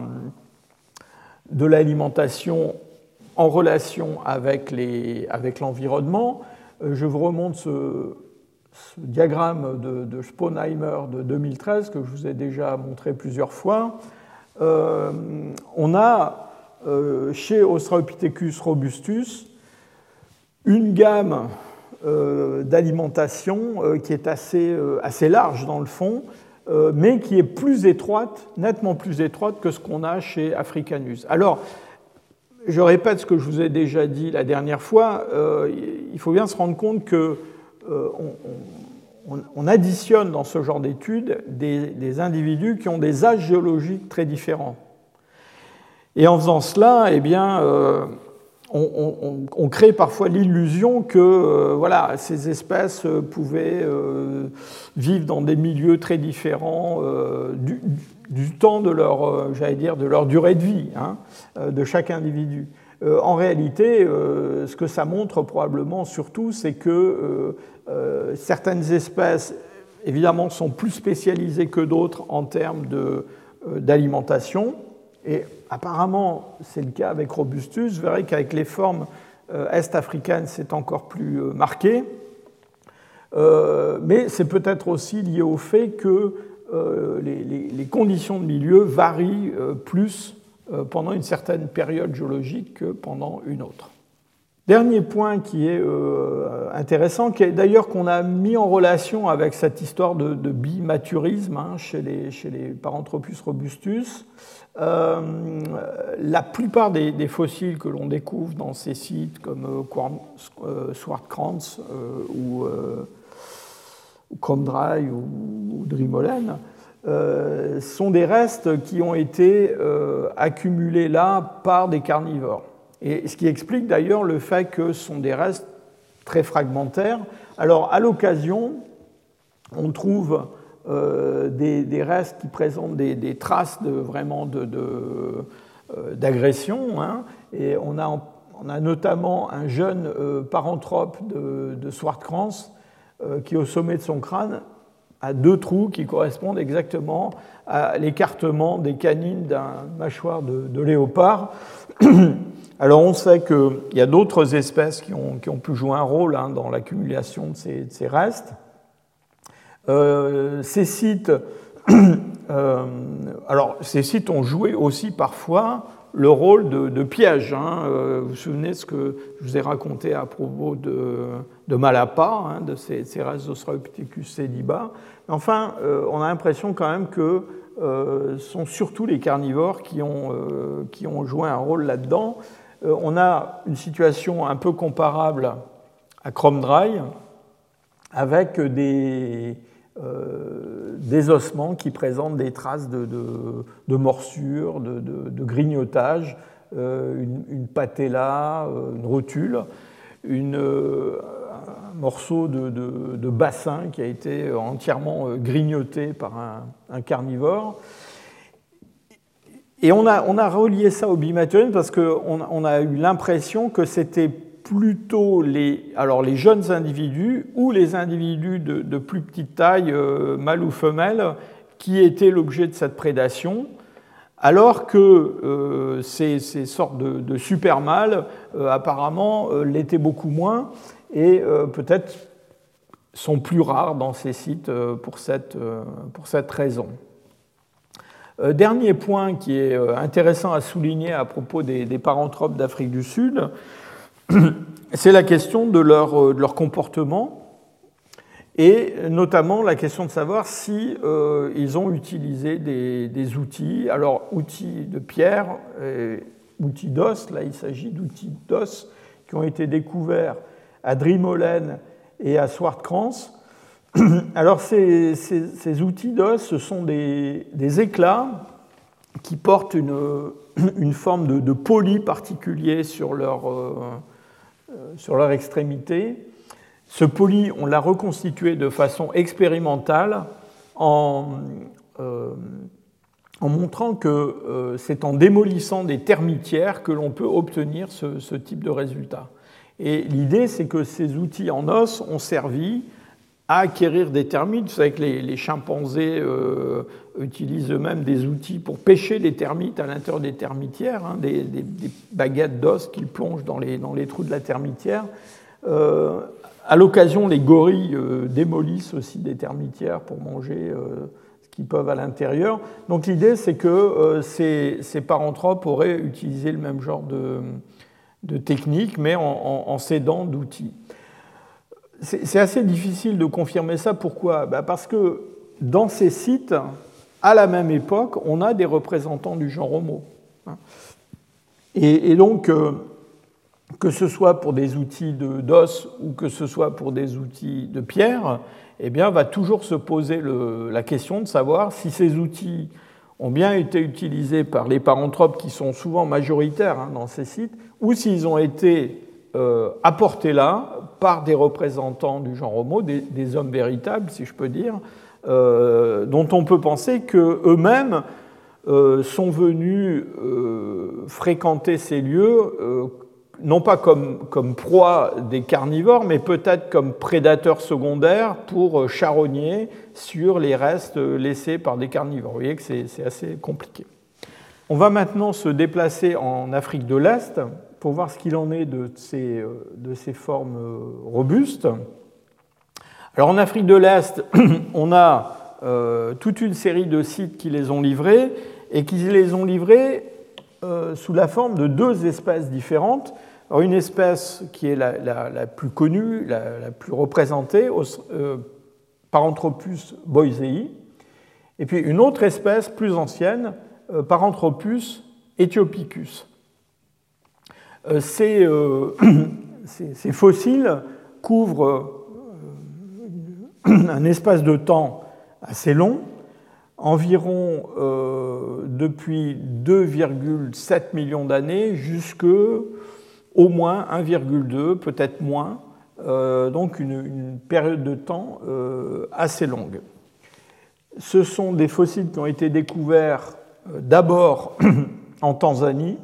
de l'alimentation en relation avec, les, avec l'environnement, je vous remonte ce, ce diagramme de, de Sponheimer de deux mille treize, que je vous ai déjà montré plusieurs fois, euh, on a euh, chez Australopithecus robustus une gamme euh, d'alimentation euh, qui est assez, euh, assez large dans le fond, euh, mais qui est plus étroite, nettement plus étroite que ce qu'on a chez Africanus. Alors, je répète ce que je vous ai déjà dit la dernière fois, euh, il faut bien se rendre compte que euh, on, on, on additionne dans ce genre d'études des, des individus qui ont des âges géologiques très différents. Et en faisant cela, eh bien, euh, on, on, on crée parfois l'illusion que euh, voilà, ces espèces pouvaient euh, vivre dans des milieux très différents euh, du, du temps de leur, euh, j'allais dire, de leur durée de vie, hein, de chaque individu. Euh, en réalité, euh, ce que ça montre probablement surtout, c'est que euh, euh, certaines espèces, évidemment, sont plus spécialisées que d'autres en termes de, euh, d'alimentation. Et apparemment, c'est le cas avec Robustus. Vous verrez qu'avec les formes euh, est-africaines, c'est encore plus euh, marqué. Euh, mais c'est peut-être aussi lié au fait que euh, les, les, les conditions de milieu varient euh, plus euh, pendant une certaine période géologique que pendant une autre. Dernier point qui est euh, intéressant, qui est d'ailleurs qu'on a mis en relation avec cette histoire de, de bimaturisme hein, chez, les, chez les Paranthropus robustus. Euh, la plupart des, des fossiles que l'on découvre dans ces sites, comme euh, euh, Swartkrans euh, ou, euh, ou Cromdry ou, ou Drimolen, euh, sont des restes qui ont été euh, accumulés là par des carnivores. Et ce qui explique d'ailleurs le fait que ce sont des restes très fragmentaires. Alors, à l'occasion, on trouve euh, des, des restes qui présentent des, des traces de, vraiment de, de, euh, d'agression. Hein, et on a, on a notamment un jeune euh, paranthrope de, de Swartkrans euh, qui, au sommet de son crâne, a deux trous qui correspondent exactement à l'écartement des canines d'un mâchoire de, de léopard. Alors on sait qu'il y a d'autres espèces qui ont, qui ont pu jouer un rôle hein, dans l'accumulation de ces, de ces restes. Euh, ces sites, euh, alors ces sites ont joué aussi parfois le rôle de, de piège. Hein. Euh, vous vous souvenez de ce que je vous ai raconté à propos de, de Malapa, hein, de ces, ces restes d'Australopithecus sediba. Enfin, euh, on a l'impression quand même que euh, ce sont surtout les carnivores qui ont, euh, qui ont joué un rôle là-dedans. Euh, on a une situation un peu comparable à Cromdry, avec des, euh, des ossements qui présentent des traces de, de, de morsures, de, de, de grignotage, euh, une, une patella, une rotule, une, euh, un morceau de, de, de bassin qui a été entièrement grignoté par un, un carnivore. Et on a, on a relié ça au bimaturisme parce qu'on on a eu l'impression que c'était plutôt les, alors les jeunes individus ou les individus de, de plus petite taille, euh, mâles ou femelles, qui étaient l'objet de cette prédation, alors que euh, ces, ces sortes de, de super mâles, euh, apparemment, euh, l'étaient beaucoup moins et euh, peut-être sont plus rares dans ces sites euh, pour, cette, euh, pour cette raison. Euh, dernier point qui est euh, intéressant à souligner à propos des, des paranthropes d'Afrique du Sud, c'est la question de leur, de leur comportement et notamment la question de savoir si euh, ils ont utilisé des, des outils, alors outils de pierre, et outils d'os, là il s'agit d'outils d'os qui ont été découverts à Drimolen et à Swartkrans. Alors ces, ces, ces outils d'os, ce sont des, des éclats qui portent une, une forme de, de poli particulier sur leur, euh, sur leur extrémité. Ce poli, on l'a reconstitué de façon expérimentale en, euh, en montrant que euh, c'est en démolissant des termitières que l'on peut obtenir ce, ce type de résultat. Et l'idée, c'est que ces outils en os ont servi à acquérir des termites. Vous savez que les, les chimpanzés euh, utilisent eux-mêmes des outils pour pêcher les termites à l'intérieur des termitières, hein, des, des, des baguettes d'os qu'ils plongent dans les, dans les trous de la termitière. Euh, à l'occasion, les gorilles euh, démolissent aussi des termitières pour manger euh, ce qu'ils peuvent à l'intérieur. Donc l'idée, c'est que euh, ces, ces paranthropes auraient utilisé le même genre de, de technique, mais en, en, en s'aidant d'outils. C'est assez difficile de confirmer ça. Pourquoi? Ben parce que dans ces sites, à la même époque, on a des représentants du genre Homo. Et, et donc, euh, que ce soit pour des outils d'os ou que ce soit pour des outils de pierre, eh bien, va toujours se poser le, la question de savoir si ces outils ont bien été utilisés par les paranthropes qui sont souvent majoritaires hein, dans ces sites, ou s'ils ont été euh, apportés là par des représentants du genre Homo, des, des hommes véritables, si je peux dire, euh, dont on peut penser qu'eux-mêmes euh, sont venus euh, fréquenter ces lieux, euh, non pas comme, comme proie des carnivores, mais peut-être comme prédateurs secondaires pour charogner sur les restes laissés par des carnivores. Vous voyez que c'est assez compliqué. On va maintenant se déplacer en Afrique de l'Est pour voir ce qu'il en est de ces, de ces formes robustes. Alors en Afrique de l'Est, on a euh, toute une série de sites qui les ont livrés et qui les ont livrés euh, sous la forme de deux espèces différentes. Alors une espèce qui est la, la, la plus connue, la, la plus représentée, euh, Paranthropus boisei, et puis une autre espèce plus ancienne, euh, Paranthropus aethiopicus. Euh, ces, euh, ces, ces fossiles couvrent euh, un espace de temps assez long, environ euh, depuis deux virgule sept millions d'années jusque au moins un virgule deux, peut-être moins, euh, donc une, une période de temps euh, assez longue. Ce sont des fossiles qui ont été découverts euh, d'abord en Tanzanie,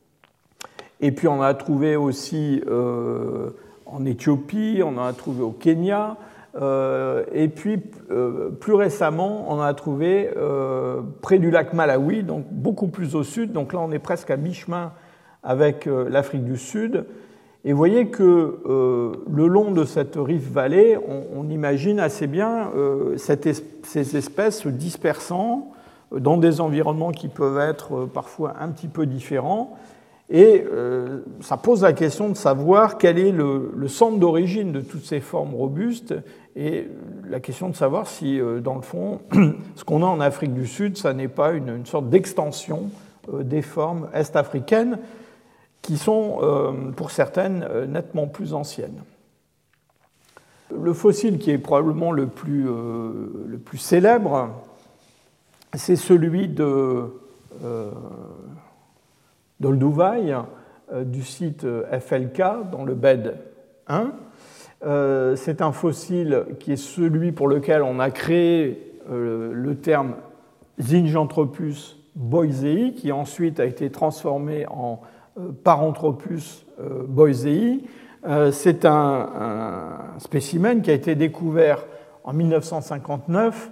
et puis on en a trouvé aussi euh, en Éthiopie, on en a trouvé au Kenya, euh, et puis euh, plus récemment, on en a trouvé euh, près du lac Malawi, donc beaucoup plus au sud, donc là on est presque à mi-chemin avec l'Afrique du Sud. Et vous voyez que euh, le long de cette Rift Valley, on, on imagine assez bien euh, cette es ces espèces se dispersant dans des environnements qui peuvent être euh, parfois un petit peu différents. Et euh, ça pose la question de savoir quel est le, le centre d'origine de toutes ces formes robustes et la question de savoir si, euh, dans le fond, ce qu'on a en Afrique du Sud, ça n'est pas une, une sorte d'extension euh, des formes est-africaines, qui sont, pour certaines, nettement plus anciennes. Le fossile qui est probablement le plus, le plus célèbre, c'est celui de euh, d'Olduvai, du site F L K, dans le bed un. Euh, c'est un fossile qui est celui pour lequel on a créé euh, le terme Zinjanthropus boisei, qui ensuite a été transformé en Paranthropus boisei. C'est un, un spécimen qui a été découvert en mille neuf cent cinquante-neuf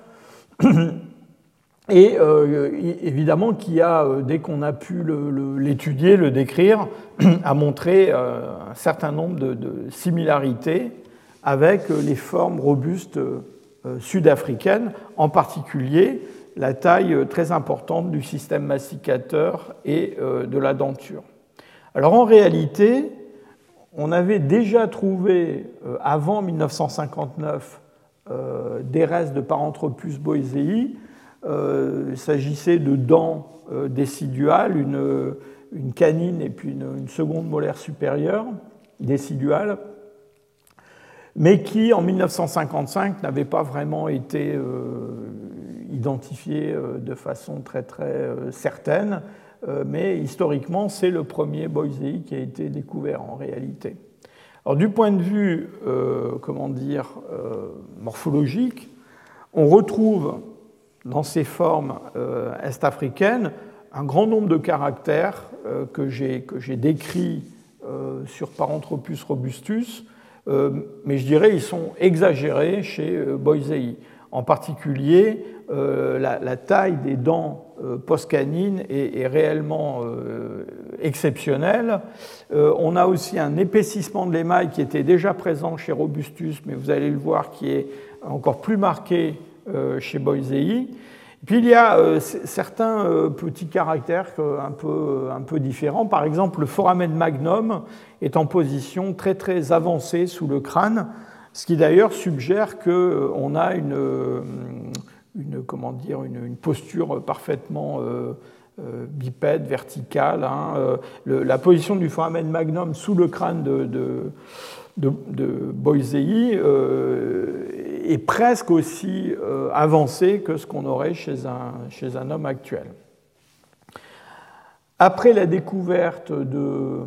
et euh, évidemment qui a, dès qu'on a pu l'étudier, le, le décrire, a montré euh, un certain nombre de, de similarités avec les formes robustes euh, sud-africaines, en particulier la taille très importante du système masticateur et euh, de la denture. Alors en réalité, on avait déjà trouvé euh, avant mille neuf cent cinquante-neuf euh, des restes de Paranthropus boisei. Euh, il s'agissait de dents euh, déciduales, une, une canine et puis une, une seconde molaire supérieure déciduale, mais qui en mille neuf cent cinquante-cinq n'avaient pas vraiment été euh, identifiées euh, de façon très très euh, certaine. Mais historiquement, c'est le premier boisei qui a été découvert en réalité. Alors, du point de vue, euh, comment dire, euh, morphologique, on retrouve dans ces formes euh, est-africaines un grand nombre de caractères euh, que j'ai que j'ai décrits euh, sur Paranthropus robustus, euh, mais je dirais ils sont exagérés chez euh, boisei. En particulier, euh, la, la taille des dents euh, postcanines est, est réellement euh, exceptionnelle. Euh, on a aussi un épaississement de l'émail qui était déjà présent chez Robustus, mais vous allez le voir, qui est encore plus marqué euh, chez Boisei. Puis il y a euh, certains euh, petits caractères un peu, un peu différents. Par exemple, le foramen magnum est en position très très avancée sous le crâne, ce qui d'ailleurs suggère qu'on a une, une, comment dire, une, une posture parfaitement euh, euh, bipède, verticale. Hein. Euh, le, la position du foramen magnum sous le crâne de, de, de, de Boisei euh, est presque aussi euh, avancée que ce qu'on aurait chez un, chez un homme actuel. Après la découverte de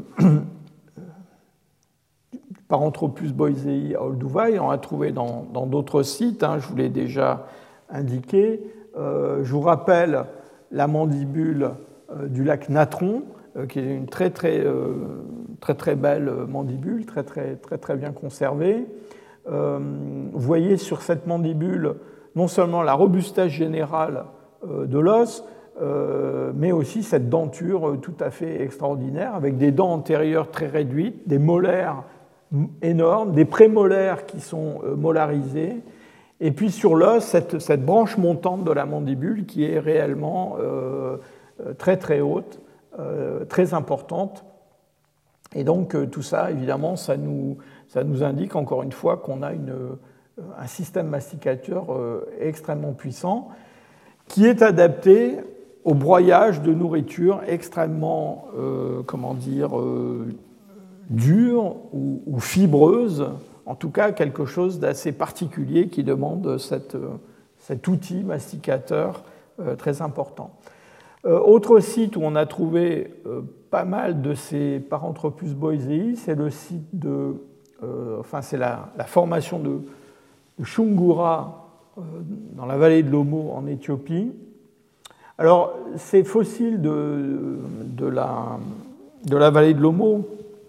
Paranthropus boisei à Olduvai, on a trouvé dans, dans d'autres sites, hein, je vous l'ai déjà indiqué. Euh, je vous rappelle la mandibule euh, du lac Natron, euh, qui est une très très, euh, très très belle mandibule, très très, très, très bien conservée. Euh, vous voyez sur cette mandibule non seulement la robustesse générale euh, de l'os, euh, mais aussi cette denture tout à fait extraordinaire, avec des dents antérieures très réduites, des molaires énormes, des prémolaires qui sont euh, molarisés, et puis sur l'os, cette, cette branche montante de la mandibule qui est réellement euh, très très haute, euh, très importante. Et donc euh, tout ça, évidemment, ça nous, ça nous indique encore une fois qu'on a une, un système masticateur euh, extrêmement puissant qui est adapté au broyage de nourriture extrêmement, euh, comment dire, euh, dure ou, ou fibreuse, en tout cas quelque chose d'assez particulier qui demande cette, cet outil masticateur euh, très important. Euh, autre site où on a trouvé euh, pas mal de ces Paranthropus boisei, c'est le site de, euh, enfin c'est la, la formation de, de Chungura euh, dans la vallée de l'Omo en Éthiopie. Alors ces fossiles de, de, la, de la vallée de l'Omo,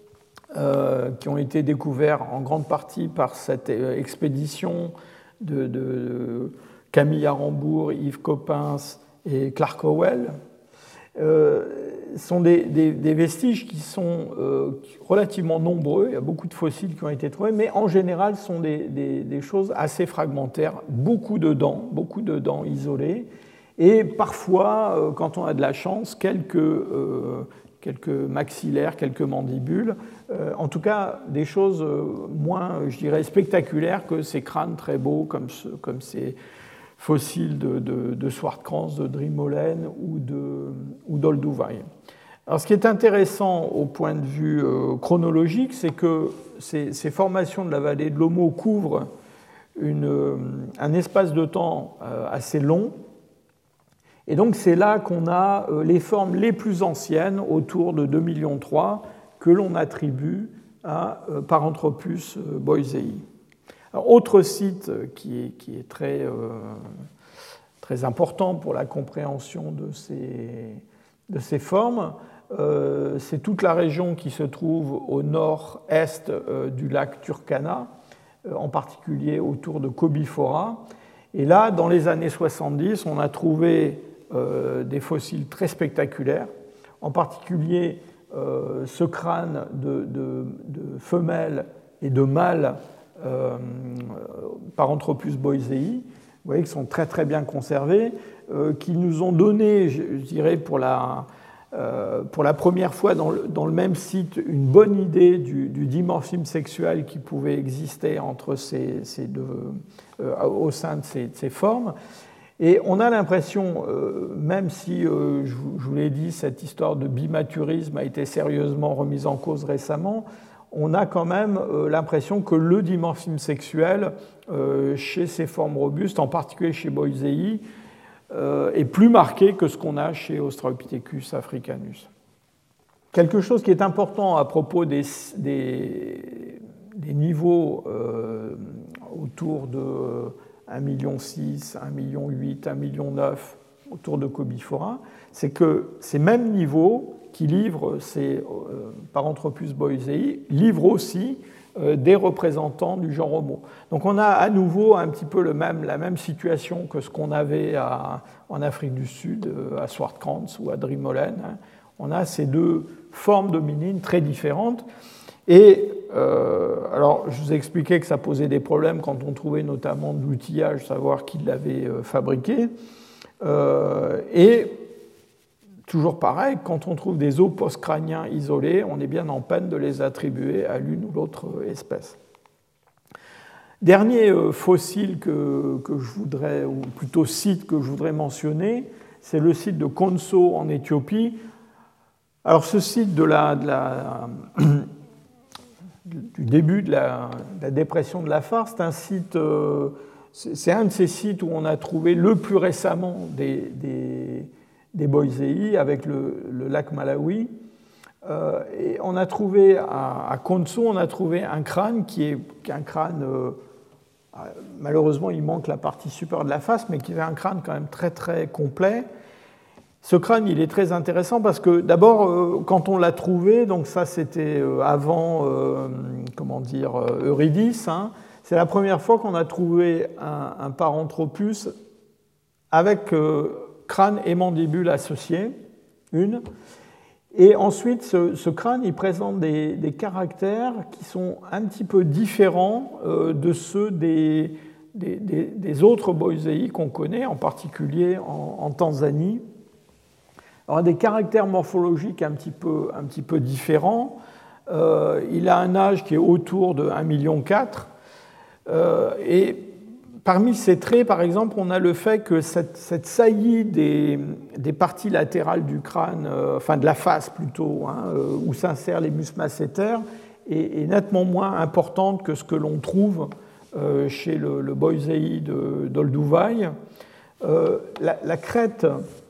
Euh, qui ont été découverts en grande partie par cette expédition de, de Camille Arambourg, Yves Coppens et Clark Howell, euh, sont des, des, des vestiges qui sont euh, relativement nombreux. Il y a beaucoup de fossiles qui ont été trouvés, mais en général, ce sont des, des, des choses assez fragmentaires, beaucoup de dents, beaucoup de dents isolées, et parfois, euh, quand on a de la chance, quelques euh, quelques maxillaires, quelques mandibules, euh, en tout cas des choses moins, je dirais, spectaculaires que ces crânes très beaux comme, ce, comme ces fossiles de, de, de Swartkrans, de Drimolen ou, de, ou d'Olduvai. Alors ce qui est intéressant au point de vue euh, chronologique, c'est que ces, ces formations de la vallée de l'Omo couvrent une, un espace de temps euh, assez long. Et donc c'est là qu'on a les formes les plus anciennes, autour de deux millions trois, que l'on attribue à Paranthropus boisei. Alors, autre site qui est, qui est très, euh, très important pour la compréhension de ces, de ces formes, euh, c'est toute la région qui se trouve au nord-est euh, du lac Turkana, euh, en particulier autour de Kobifora. Et là, dans les années soixante-dix, on a trouvé Euh, des fossiles très spectaculaires, en particulier euh, ce crâne de, de, de femelle et de mâle euh, Paranthropus boisei, vous voyez qu'ils sont très très bien conservés, euh, qui nous ont donné, je, je dirais pour la, euh, pour la première fois dans le, dans le même site, une bonne idée du, du dimorphisme sexuel qui pouvait exister entre ces, ces deux, euh, au sein de ces, de ces formes. Et on a l'impression, euh, même si, euh, je vous l'ai dit, cette histoire de bimaturisme a été sérieusement remise en cause récemment, on a quand même euh, l'impression que le dimorphisme sexuel euh, chez ces formes robustes, en particulier chez Boisei, euh, est plus marqué que ce qu'on a chez Australopithecus africanus. Quelque chose qui est important à propos des, des, des niveaux euh, autour de un virgule six million, un virgule huit million, un virgule neuf million autour de Kobifora, c'est que ces mêmes niveaux qui livrent ces euh, Paranthropus boisei livrent aussi euh, des représentants du genre Homo. Donc on a à nouveau un petit peu le même, la même situation que ce qu'on avait à, en Afrique du Sud, à Swartkrans ou à Drimolen. Hein. on a ces deux formes d'hominines très différentes. Et euh, alors, je vous ai expliqué que ça posait des problèmes quand on trouvait notamment de l'outillage, savoir qui l'avait euh, fabriqué. Euh, et toujours pareil, quand on trouve des os post-crâniens isolés, on est bien en peine de les attribuer à l'une ou l'autre espèce. Dernier euh, fossile que, que je voudrais, ou plutôt site que je voudrais mentionner, c'est le site de Konso en Éthiopie. Alors ce site de la, de la, du début de la, de la dépression de l'Afar, c'est un site, euh, c'est un de ces sites où on a trouvé le plus récemment des, des, des boïséis avec le, le lac Malawi. Euh, et on a trouvé à, à Konso, on a trouvé un crâne qui est, qui est un crâne, euh, malheureusement il manque la partie supérieure de la face, mais qui est un crâne quand même très très complet. Ce crâne, il est très intéressant parce que d'abord, euh, quand on l'a trouvé, donc ça c'était euh, avant, euh, comment dire, Eurydice, hein, c'est la première fois qu'on a trouvé un, un Paranthropus avec euh, crâne et mandibule associés, une. Et ensuite, ce, ce crâne, il présente des, des caractères qui sont un petit peu différents euh, de ceux des, des, des, des autres boïséis qu'on connaît, en particulier en, en Tanzanie. Alors, des caractères morphologiques un petit peu, un petit peu différents. Euh, il a un âge qui est autour de un virgule quatre million. Euh, et parmi ces traits, par exemple, on a le fait que cette, cette saillie des, des parties latérales du crâne, euh, enfin de la face plutôt, hein, euh, où s'insèrent les muscles masséters, est, est nettement moins importante que ce que l'on trouve euh, chez le, le boïséi d'Olduvai. Euh, la, la crête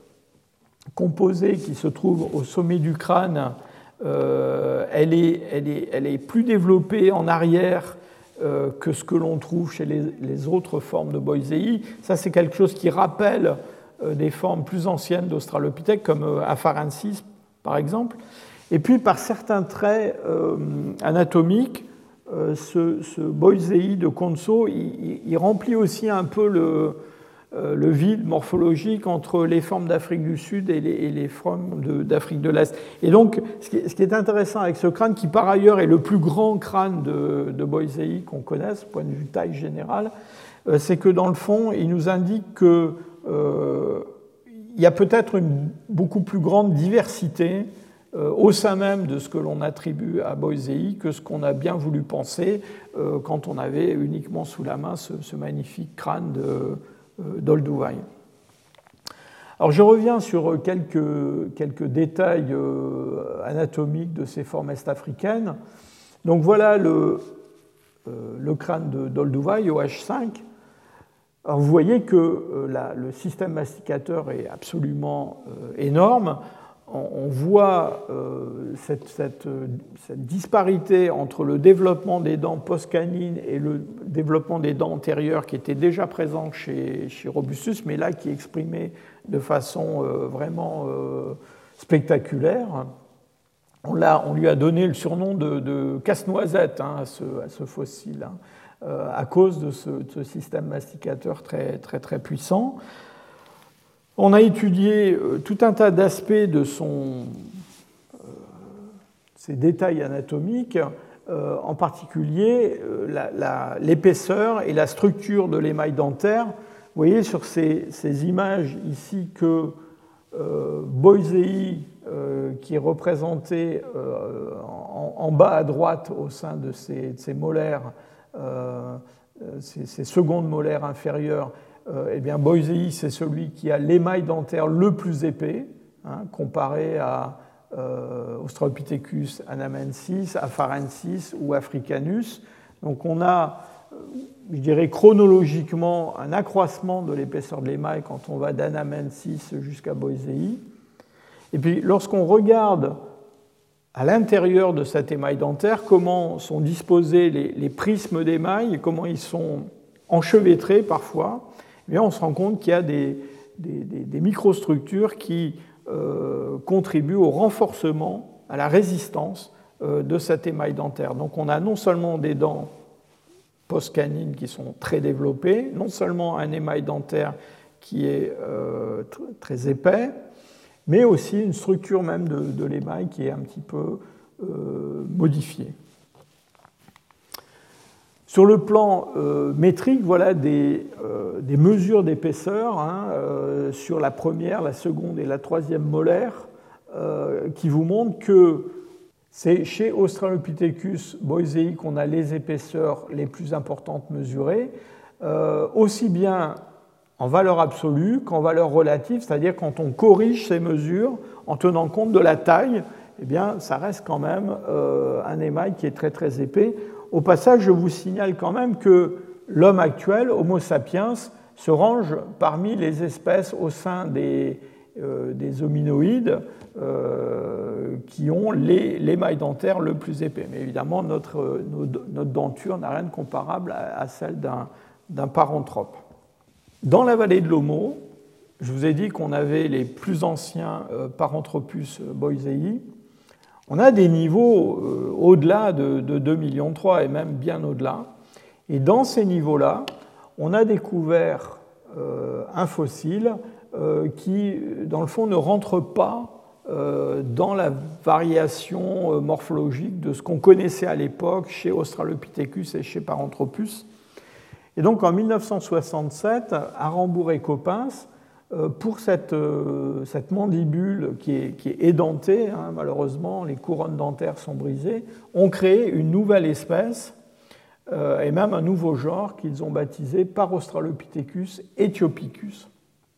composée qui se trouve au sommet du crâne, euh, elle, est, elle, est, elle est plus développée en arrière euh, que ce que l'on trouve chez les, les autres formes de boïséi. Ça, c'est quelque chose qui rappelle euh, des formes plus anciennes d'Australopithèques, comme euh, Afarensis, par exemple. Et puis, par certains traits euh, anatomiques, euh, ce, ce boïséi de Konso, il, il remplit aussi un peu le... le vide morphologique entre les formes d'Afrique du Sud et les, et les formes d'Afrique de, de l'Est. Et donc, ce qui, est, ce qui est intéressant avec ce crâne, qui par ailleurs est le plus grand crâne de, de boïséi qu'on connaisse, point de vue taille générale, euh, c'est que dans le fond, il nous indique qu'il euh, y a peut-être une beaucoup plus grande diversité euh, au sein même de ce que l'on attribue à boïséi que ce qu'on a bien voulu penser euh, quand on avait uniquement sous la main ce, ce magnifique crâne de d'Olduvai. Alors je reviens sur quelques, quelques détails euh, anatomiques de ces formes est-africaines. Donc voilà le, euh, le crâne d'Olduvai, O H cinq. Alors vous voyez que euh, la, le système masticateur est absolument euh, énorme. On voit euh, cette, cette, cette disparité entre le développement des dents post-canines et le développement des dents antérieures qui était déjà présent chez, chez Robustus, mais là qui est exprimé de façon euh, vraiment euh, spectaculaire. On, l'a, on lui a donné le surnom de, de casse-noisette hein, à, ce, à ce fossile, hein, euh, à cause de ce, de ce système masticateur très, très, très puissant. On a étudié tout un tas d'aspects de son, euh, ses détails anatomiques, euh, en particulier euh, la, la, l'épaisseur et la structure de l'émail dentaire. Vous voyez sur ces, ces images ici que euh, boïséi, euh, qui est représenté euh, en, en bas à droite au sein de ces, de ces molaires, euh, ces, ces secondes molaires inférieures, eh bien, boïséi, c'est celui qui a l'émail dentaire le plus épais, hein, comparé à euh, Australopithecus anamensis, Afarensis ou Africanus. Donc on a, je dirais chronologiquement, un accroissement de l'épaisseur de l'émail quand on va d'Anamensis jusqu'à boïséi. Et puis lorsqu'on regarde à l'intérieur de cet émail dentaire comment sont disposés les, les prismes d'émail et comment ils sont enchevêtrés parfois, eh bien, on se rend compte qu'il y a des, des, des, des microstructures qui euh, contribuent au renforcement, à la résistance euh, de cet émail dentaire. Donc on a non seulement des dents post-canines qui sont très développées, non seulement un émail dentaire qui est euh, très épais, mais aussi une structure même de, de l'émail qui est un petit peu euh, modifiée. Sur le plan euh, métrique, voilà des, euh, des mesures d'épaisseur hein, euh, sur la première, la seconde et la troisième molaire euh, qui vous montrent que c'est chez Australopithecus boisei qu'on a les épaisseurs les plus importantes mesurées, euh, aussi bien en valeur absolue qu'en valeur relative, c'est-à-dire quand on corrige ces mesures en tenant compte de la taille, eh bien, ça reste quand même euh, un émail qui est très très épais. Au passage, je vous signale quand même que l'homme actuel, Homo sapiens, se range parmi les espèces au sein des, euh, des hominoïdes euh, qui ont l'émail dentaire le plus épais. Mais évidemment, notre, notre, notre denture n'a rien de comparable à, à celle d'un, d'un paranthrope. Dans la vallée de l'Omo, je vous ai dit qu'on avait les plus anciens euh, Paranthropus boisei. On a des niveaux euh, au-delà de, de deux virgule trois millions et même bien au-delà. Et dans ces niveaux-là, on a découvert euh, un fossile euh, qui, dans le fond, ne rentre pas euh, dans la variation euh, morphologique de ce qu'on connaissait à l'époque chez Australopithecus et chez Paranthropus. Et donc, en mille neuf cent soixante-sept, Arambourg et Coppens, pour cette, cette mandibule qui est, qui est édentée, hein, malheureusement, les couronnes dentaires sont brisées, ont créé une nouvelle espèce euh, et même un nouveau genre qu'ils ont baptisé Paraustralopithecus ethiopicus.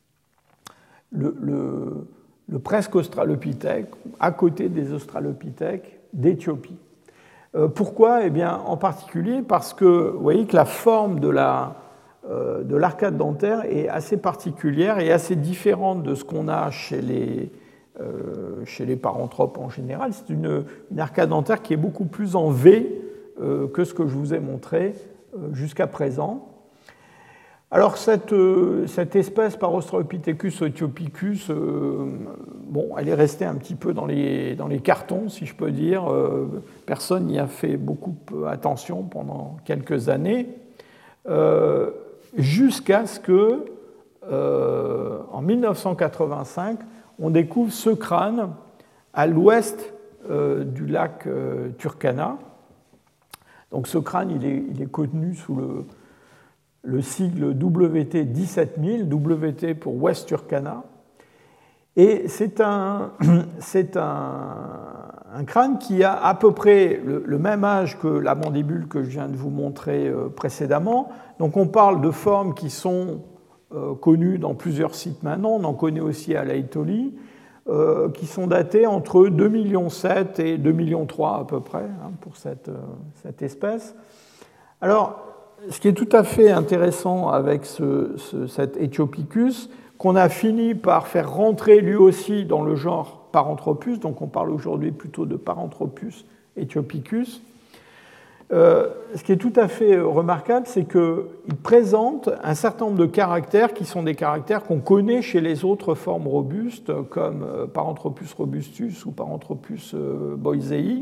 Le, le, le presque australopithèque, à côté des australopithèques d'Éthiopie. Euh, pourquoi ? Eh bien, en particulier parce que vous voyez que la forme de la de l'arcade dentaire est assez particulière et assez différente de ce qu'on a chez les, euh, chez les paranthropes en général. C'est une, une arcade dentaire qui est beaucoup plus en V euh, que ce que je vous ai montré euh, jusqu'à présent. Alors cette, euh, cette espèce Paraustralopithecus ethiopicus, euh, bon, elle est restée un petit peu dans les, dans les cartons, si je peux dire. Euh, personne n'y a fait beaucoup attention pendant quelques années. Euh, jusqu'à ce que, euh, en mille neuf cent quatre-vingt-cinq, on découvre ce crâne à l'ouest euh, du lac euh, Turkana. Donc ce crâne, il est, il est connu sous le, le sigle W T dix-sept mille, W T pour West Turkana. Et c'est un, c'est un, un crâne qui a à peu près le, le même âge que la mandibule que je viens de vous montrer euh, précédemment. Donc on parle de formes qui sont euh, connues dans plusieurs sites maintenant, on en connaît aussi à l'Aitoli, euh, qui sont datées entre deux virgule sept millions et deux virgule trois millions à peu près hein, pour cette, euh, cette espèce. Alors, ce qui est tout à fait intéressant avec ce, ce, cet Ethiopicus, qu'on a fini par faire rentrer lui aussi dans le genre Paranthropus, donc on parle aujourd'hui plutôt de Paranthropus ethiopicus. Euh, ce qui est tout à fait remarquable, c'est qu'il présente un certain nombre de caractères qui sont des caractères qu'on connaît chez les autres formes robustes, comme Paranthropus robustus ou Paranthropus boisei.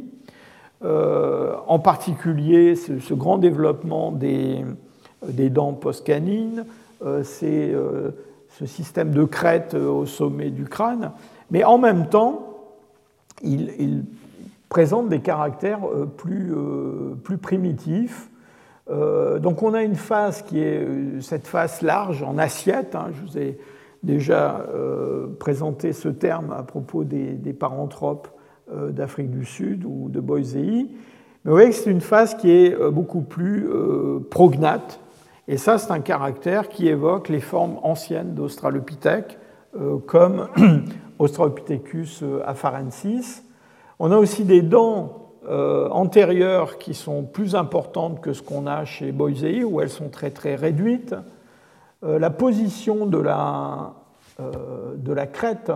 Euh, en particulier, ce, ce grand développement des, des dents postcanines, euh, c'est euh, ce système de crête au sommet du crâne, mais en même temps, il, il présente des caractères plus, euh, plus primitifs. Euh, donc on a une face qui est cette face large en assiette. Hein, je vous ai déjà euh, présenté ce terme à propos des, des paranthropes euh, d'Afrique du Sud ou de boisei. Mais vous voyez que c'est une face qui est beaucoup plus euh, prognate. Et ça, c'est un caractère qui évoque les formes anciennes d'Australopithèque, euh, comme Australopithecus afarensis. On a aussi des dents euh, antérieures qui sont plus importantes que ce qu'on a chez boisei, où elles sont très très réduites. Euh, la position de la, euh, de la crête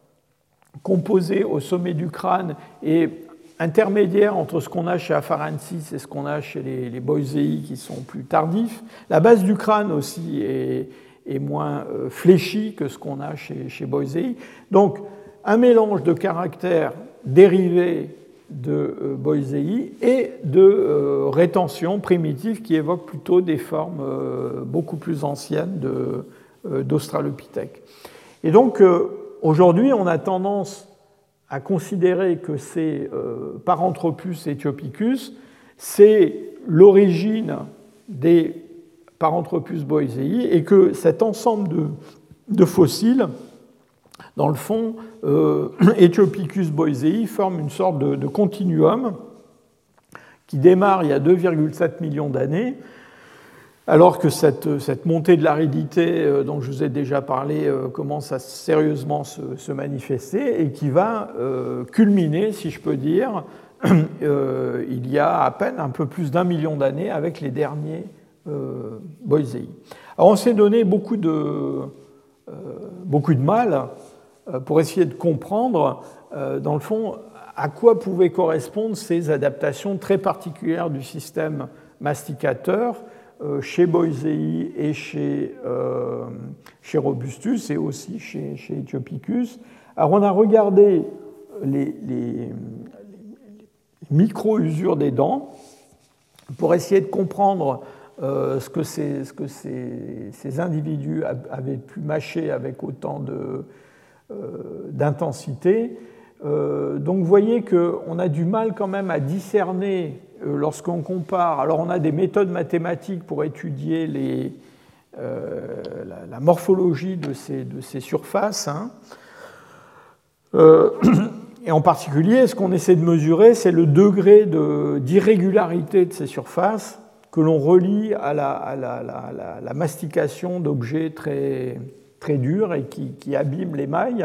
composée au sommet du crâne est intermédiaire entre ce qu'on a chez Afarensis et ce qu'on a chez les, les boisei qui sont plus tardifs. La base du crâne aussi est, est moins euh, fléchie que ce qu'on a chez, chez boisei. Donc, un mélange de caractères dérivés de euh, boisei et de euh, rétention primitive qui évoquent plutôt des formes euh, beaucoup plus anciennes de, euh, d'Australopithèque. Et donc, euh, aujourd'hui, on a tendance à considérer que ces euh, Paranthropus aethiopicus, c'est l'origine des Paranthropus boisei et que cet ensemble de, de fossiles, dans le fond, euh, Aethiopicus boisei forme une sorte de, de continuum qui démarre il y a deux virgule sept millions d'années, alors que cette, cette montée de l'aridité euh, dont je vous ai déjà parlé euh, commence à sérieusement se, se manifester et qui va euh, culminer, si je peux dire, euh, il y a à peine un peu plus d'un million d'années avec les derniers euh, boisei. Alors on s'est donné beaucoup de, euh, beaucoup de mal euh, pour essayer de comprendre, euh, dans le fond, à quoi pouvaient correspondre ces adaptations très particulières du système masticateur chez boisei et chez, euh, chez Robustus et aussi chez, chez Aethiopicus. Alors on a regardé les, les, les micro-usures des dents pour essayer de comprendre euh, ce que, ces, ce que ces, ces individus avaient pu mâcher avec autant de, euh, d'intensité. Euh, donc vous voyez qu'on a du mal quand même à discerner euh, lorsqu'on compare. Alors on a des méthodes mathématiques pour étudier les, euh, la, la morphologie de ces, de ces surfaces. Hein. Euh, et en particulier, ce qu'on essaie de mesurer, c'est le degré de, d'irrégularité de ces surfaces que l'on relie à la, à la, la, la, la mastication d'objets très, très durs et qui, qui abîment l'émail.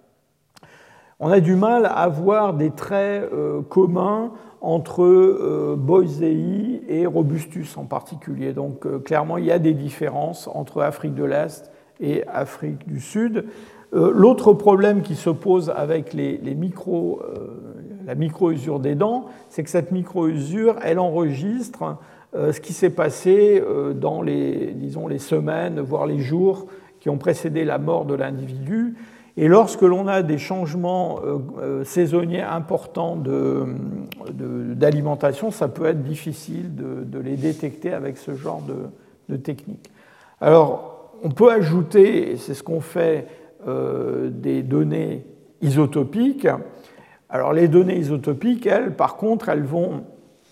On a du mal à voir des traits euh, communs entre euh, boisei et Robustus en particulier. Donc euh, clairement, il y a des différences entre Afrique de l'Est et Afrique du Sud. Euh, l'autre problème qui se pose avec les, les micro, euh, la micro-usure des dents, c'est que cette micro-usure, elle enregistre euh, ce qui s'est passé euh, dans les, disons, les semaines, voire les jours qui ont précédé la mort de l'individu. Et lorsque l'on a des changements euh, saisonniers importants de, de, d'alimentation, ça peut être difficile de, de les détecter avec ce genre de, de technique. Alors, on peut ajouter, et c'est ce qu'on fait, euh, des données isotopiques. Alors, les données isotopiques, elles, par contre, elles vont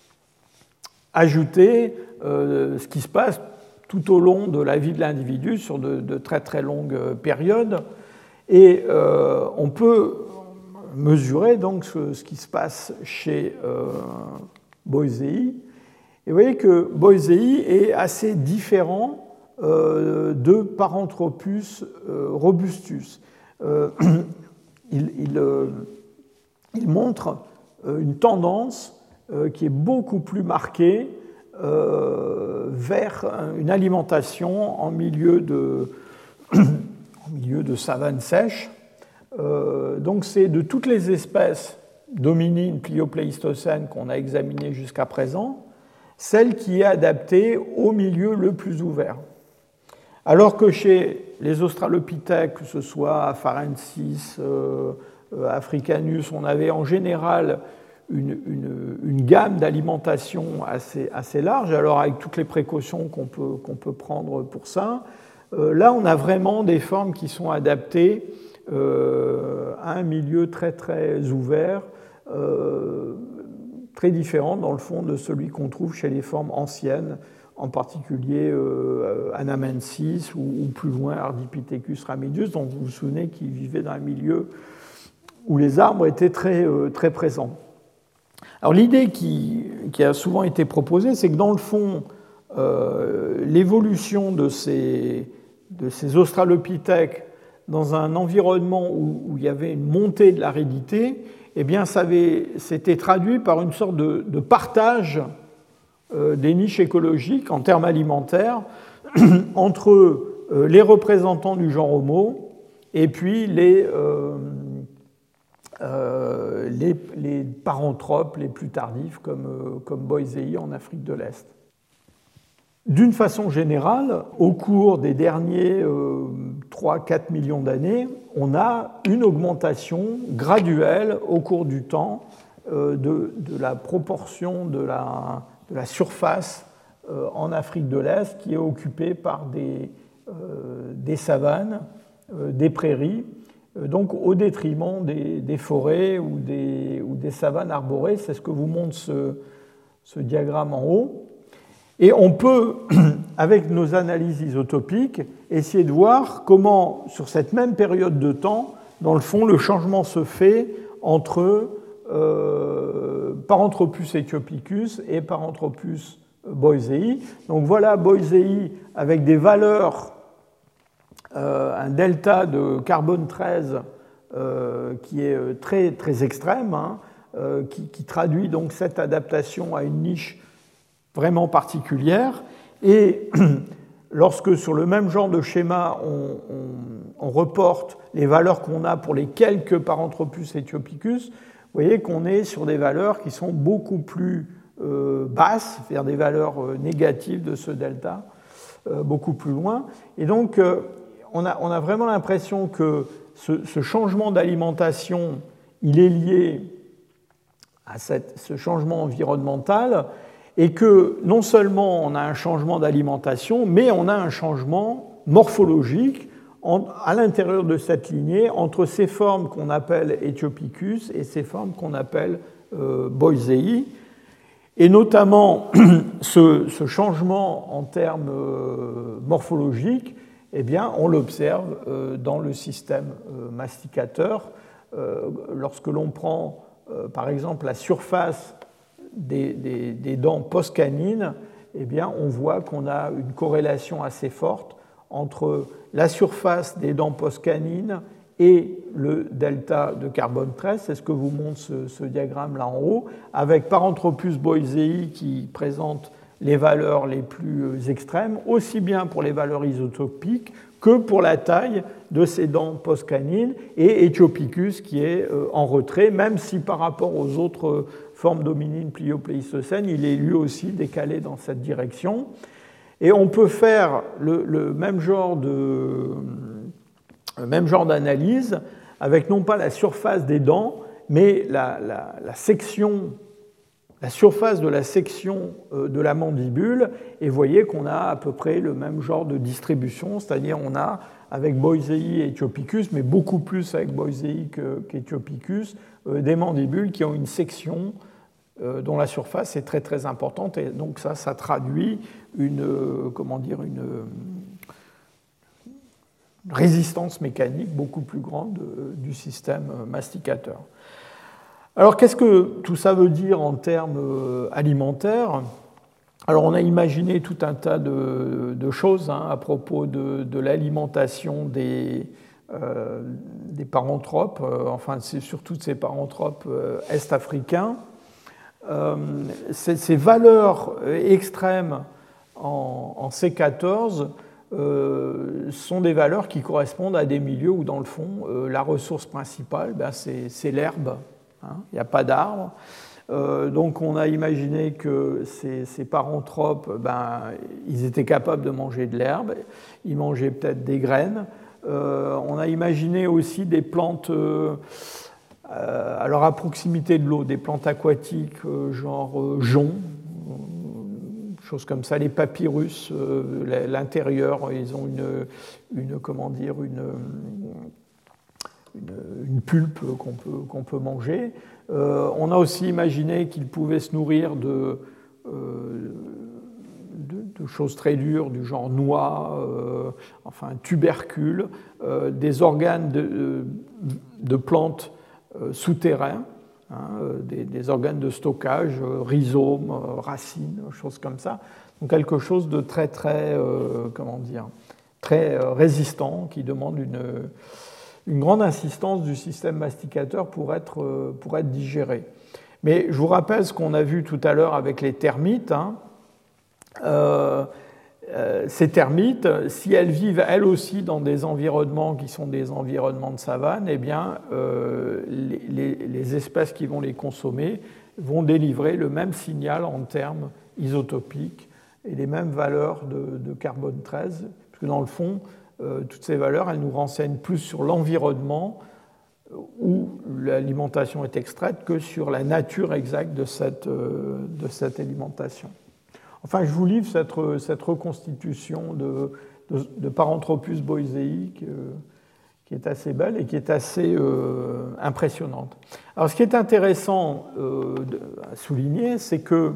ajouter euh, ce qui se passe tout au long de la vie de l'individu sur de, de très très longues périodes. Et euh, on peut mesurer donc ce, ce qui se passe chez euh, boisei. Et vous voyez que boisei est assez différent euh, de Paranthropus euh, robustus. Euh, il, il, euh, il montre une tendance euh, qui est beaucoup plus marquée euh, vers une alimentation en milieu de en milieu de savane sèche. Euh, donc c'est de toutes les espèces d'hominines pliopléistocènes qu'on a examinées jusqu'à présent, celle qui est adaptée au milieu le plus ouvert. Alors que chez les australopithèques, que ce soit Afarensis, euh, Africanus, on avait en général une, une, une gamme d'alimentation assez, assez large, alors avec toutes les précautions qu'on peut, qu'on peut prendre pour ça. Là, on a vraiment des formes qui sont adaptées euh, à un milieu très très ouvert, euh, très différent dans le fond de celui qu'on trouve chez les formes anciennes, en particulier euh, Anamensis ou, ou plus loin Ardipithecus ramidius, dont vous vous souvenez qu'ils vivaient dans un milieu où les arbres étaient très, euh, très présents. Alors l'idée qui, qui a souvent été proposée, c'est que dans le fond, euh, l'évolution de ces de ces australopithèques dans un environnement où, où il y avait une montée de l'aridité, eh bien, ça avait, c'était traduit par une sorte de, de partage euh, des niches écologiques en termes alimentaires entre euh, les représentants du genre Homo et puis les, euh, euh, les, les paranthropes les plus tardifs comme, euh, comme boisei en Afrique de l'Est. D'une façon générale, au cours des derniers euh, trois à quatre millions d'années, on a une augmentation graduelle au cours du temps euh, de, de la proportion de la, de la surface euh, en Afrique de l'Est qui est occupée par des, euh, des savanes, euh, des prairies, donc au détriment des, des forêts ou des, ou des savanes arborées. C'est ce que vous montre ce, ce diagramme en haut. Et on peut, avec nos analyses isotopiques, essayer de voir comment, sur cette même période de temps, dans le fond, le changement se fait entre euh, Paranthropus aethiopicus et Paranthropus boisei. Donc voilà Boisei avec des valeurs, euh, un delta de carbone treize euh, qui est très, très extrême, hein, euh, qui, qui traduit donc cette adaptation à une niche vraiment particulière. Et lorsque sur le même genre de schéma, on, on, on reporte les valeurs qu'on a pour les quelques Paranthropus aethiopicus, vous voyez qu'on est sur des valeurs qui sont beaucoup plus euh, basses, c'est-à-dire des valeurs euh, négatives de ce delta, euh, beaucoup plus loin. Et donc, euh, on, a, on a vraiment l'impression que ce, ce changement d'alimentation, il est lié à cette, ce changement environnemental, et que non seulement on a un changement d'alimentation, mais on a un changement morphologique en, à l'intérieur de cette lignée entre ces formes qu'on appelle Aethiopicus et ces formes qu'on appelle euh, Boisei. Et notamment, ce, ce changement en termes euh, morphologiques, eh bien, on l'observe euh, dans le système euh, masticateur. Euh, lorsque l'on prend, euh, par exemple, la surface Des, des, des dents postcanines, eh bien, on voit qu'on a une corrélation assez forte entre la surface des dents postcanines et le delta de carbone treize. C'est ce que vous montre ce, ce diagramme-là en haut, avec Paranthropus boisei qui présente les valeurs les plus extrêmes, aussi bien pour les valeurs isotopiques que pour la taille de ces dents postcanines, et Aethiopicus qui est en retrait, même si par rapport aux autres formes d'hominines pliopléistocènes, il est lui aussi décalé dans cette direction. Et on peut faire le, le même genre de, le même genre d'analyse avec non pas la surface des dents, mais la, la, la section, la surface de la section de la mandibule, et vous voyez qu'on a à peu près le même genre de distribution, c'est-à-dire on a avec Boisei et Aethiopicus, mais beaucoup plus avec Boisei qu'Aethiopicus, des mandibules qui ont une section dont la surface est très très importante, et donc ça, ça traduit une, comment dire, une résistance mécanique beaucoup plus grande du système masticateur. Alors qu'est-ce que tout ça veut dire en termes alimentaires ? Alors on a imaginé tout un tas de, de choses hein, à propos de, de l'alimentation des, euh, des paranthropes, euh, enfin c'est surtout de ces paranthropes euh, est-africains. Euh, ces, ces valeurs extrêmes en, en C quatorze euh, sont des valeurs qui correspondent à des milieux où, dans le fond, euh, la ressource principale, ben, c'est, c'est l'herbe. Hein, il n'y a pas d'arbres. Euh, donc on a imaginé que ces, ces paranthropes, ben, ils étaient capables de manger de l'herbe, ils mangeaient peut-être des graines. Euh, on a imaginé aussi des plantes... Euh, Euh, alors à proximité de l'eau, des plantes aquatiques euh, genre euh, jonc, euh, choses comme ça, les papyrus, euh, l'intérieur, ils ont une, une comment dire, une, une, une pulpe qu'on peut, qu'on peut manger. Euh, on a aussi imaginé qu'ils pouvaient se nourrir de, euh, de, de choses très dures du genre noix, euh, enfin tubercules, euh, des organes de, de plantes souterrains, hein, des, des organes de stockage, rhizomes, racines, choses comme ça. Donc quelque chose de très très euh, comment dire, très résistant qui demande une, une grande insistance du système masticateur pour être, pour être digéré. Mais je vous rappelle ce qu'on a vu tout à l'heure avec les termites. Hein. Euh, Euh, ces termites, si elles vivent elles aussi dans des environnements qui sont des environnements de savane, eh bien, euh, les, les, les espèces qui vont les consommer vont délivrer le même signal en termes isotopiques et les mêmes valeurs de, de carbone treize, parce que dans le fond, euh, toutes ces valeurs, elles nous renseignent plus sur l'environnement où l'alimentation est extraite que sur la nature exacte de cette, euh, de cette alimentation. Enfin, je vous livre cette, cette reconstitution de, de, de Paranthropus boisei qui qui est assez belle et qui est assez euh, impressionnante. Alors, ce qui est intéressant euh, de, à souligner, c'est que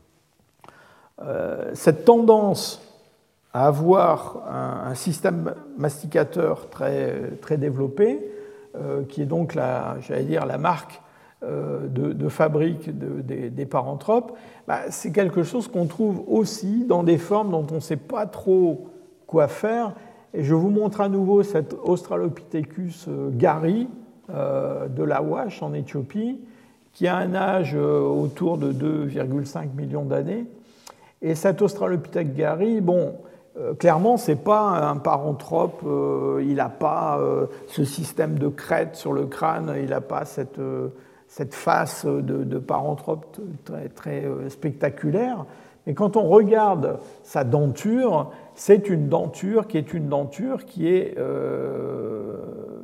euh, cette tendance à avoir un, un système masticateur très, très développé, euh, qui est donc la, j'allais dire, la marque euh, de, de fabrique de, de, des paranthropes, bah, c'est quelque chose qu'on trouve aussi dans des formes dont on ne sait pas trop quoi faire. Et je vous montre à nouveau cet Australopithecus gari euh, de l'Awash en Éthiopie, qui a un âge euh, autour de deux virgule cinq millions d'années. Et cet Australopithèque gari, bon, euh, clairement, ce n'est pas un paranthrope, euh, il n'a pas euh, ce système de crête sur le crâne, il n'a pas cette, euh, cette face de, de paranthrope très, très euh, spectaculaire. Mais quand on regarde sa denture, c'est une denture qui est une denture qui est euh,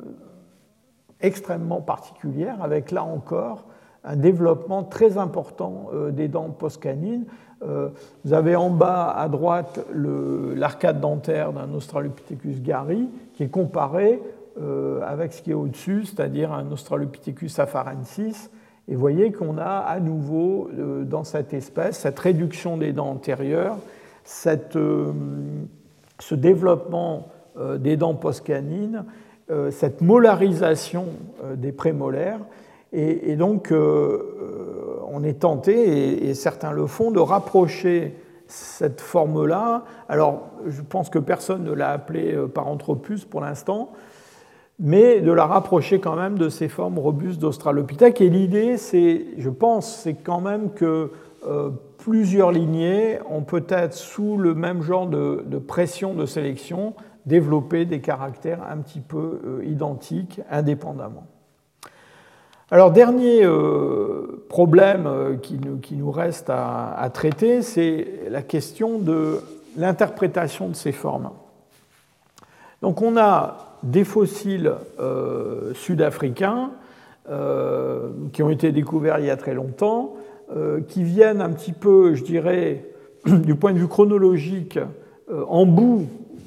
extrêmement particulière, avec là encore un développement très important euh, des dents postcanines. Euh, vous avez en bas à droite le, l'arcade dentaire d'un Australopithecus gari qui est comparé euh, avec ce qui est au-dessus, c'est-à-dire un Australopithecus afarensis. Et vous voyez qu'on a à nouveau euh, dans cette espèce cette réduction des dents antérieures, cette, euh, ce développement euh, des dents postcanines, euh, cette molarisation euh, des prémolaires. Et, et donc, euh, on est tenté, et, et certains le font, de rapprocher cette forme-là. Alors, je pense que personne ne l'a appelée Paranthropus pour l'instant, mais de la rapprocher quand même de ces formes robustes d'Australopithèque. Et l'idée, c'est, je pense, c'est quand même que euh, plusieurs lignées ont peut-être, sous le même genre de, de pression de sélection, développé des caractères un petit peu euh, identiques, indépendamment. Alors, dernier euh, problème euh, qui, nous, qui nous reste à, à traiter, c'est la question de l'interprétation de ces formes. Donc, on a des fossiles euh, sud-africains euh, qui ont été découverts il y a très longtemps, euh, qui viennent un petit peu, je dirais, du point de vue chronologique, euh, en bout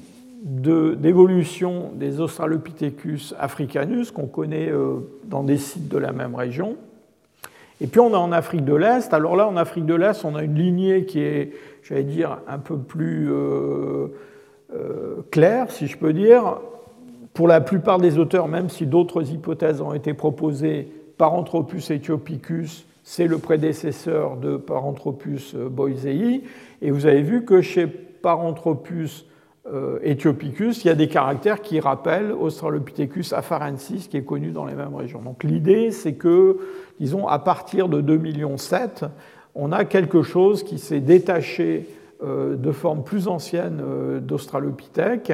de, d'évolution des Australopithecus africanus, qu'on connaît euh, dans des sites de la même région. Et puis on a en Afrique de l'Est, alors là en Afrique de l'Est, on a une lignée qui est, j'allais dire, un peu plus euh, euh, claire, si je peux dire. Pour la plupart des auteurs, même si d'autres hypothèses ont été proposées, Paranthropus aethiopicus, c'est le prédécesseur de Paranthropus boisei. Et vous avez vu que chez Paranthropus aethiopicus, il y a des caractères qui rappellent Australopithecus afarensis, qui est connu dans les mêmes régions. Donc l'idée, c'est que, disons, à partir de deux virgule sept millions, on a quelque chose qui s'est détaché de formes plus anciennes d'Australopithèque,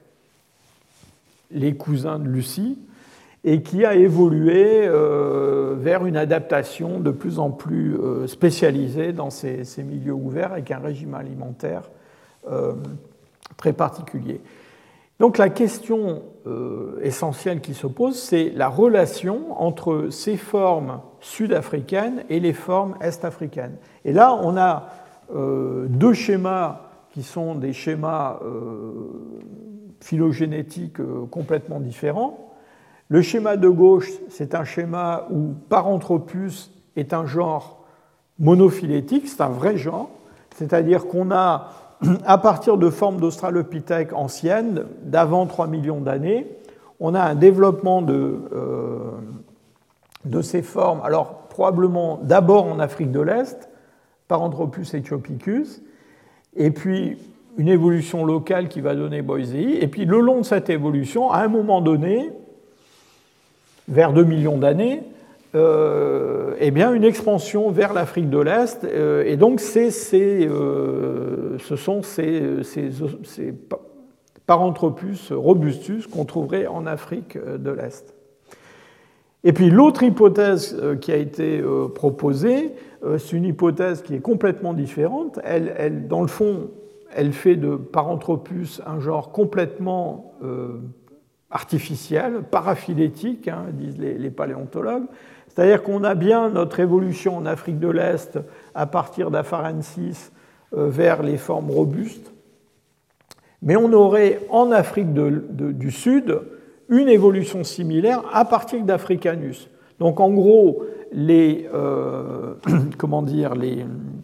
les cousins de Lucie, et qui a évolué euh, vers une adaptation de plus en plus euh, spécialisée dans ces, ces milieux ouverts avec un régime alimentaire euh, très particulier. Donc la question euh, essentielle qui se pose, c'est la relation entre ces formes sud-africaines et les formes est-africaines. Et là, on a euh, deux schémas qui sont des schémas euh, phylogénétiques complètement différents. Le schéma de gauche, c'est un schéma où Paranthropus est un genre monophylétique, c'est un vrai genre, c'est-à-dire qu'on a, à partir de formes d'Australopithèque anciennes, d'avant trois millions d'années, on a un développement de, euh, de ces formes, alors probablement d'abord en Afrique de l'Est, Paranthropus aethiopicus, et puis une évolution locale qui va donner boisei, et puis le long de cette évolution, à un moment donné, vers deux millions d'années, euh, eh bien une expansion vers l'Afrique de l'Est, euh, et donc c'est, c'est, euh, ce sont ces, ces, ces Paranthropus robustus qu'on trouverait en Afrique de l'Est. Et puis l'autre hypothèse qui a été proposée, c'est une hypothèse qui est complètement différente. Elle, elle, dans le fond, elle fait de Paranthropus un genre complètement euh, artificiel, paraphylétique, hein, disent les, les paléontologues. C'est-à-dire qu'on a bien notre évolution en Afrique de l'Est à partir d'Afarensis euh, vers les formes robustes, mais on aurait en Afrique de, de, du Sud une évolution similaire à partir d'Africanus. Donc en gros, les, euh, comment dire, les,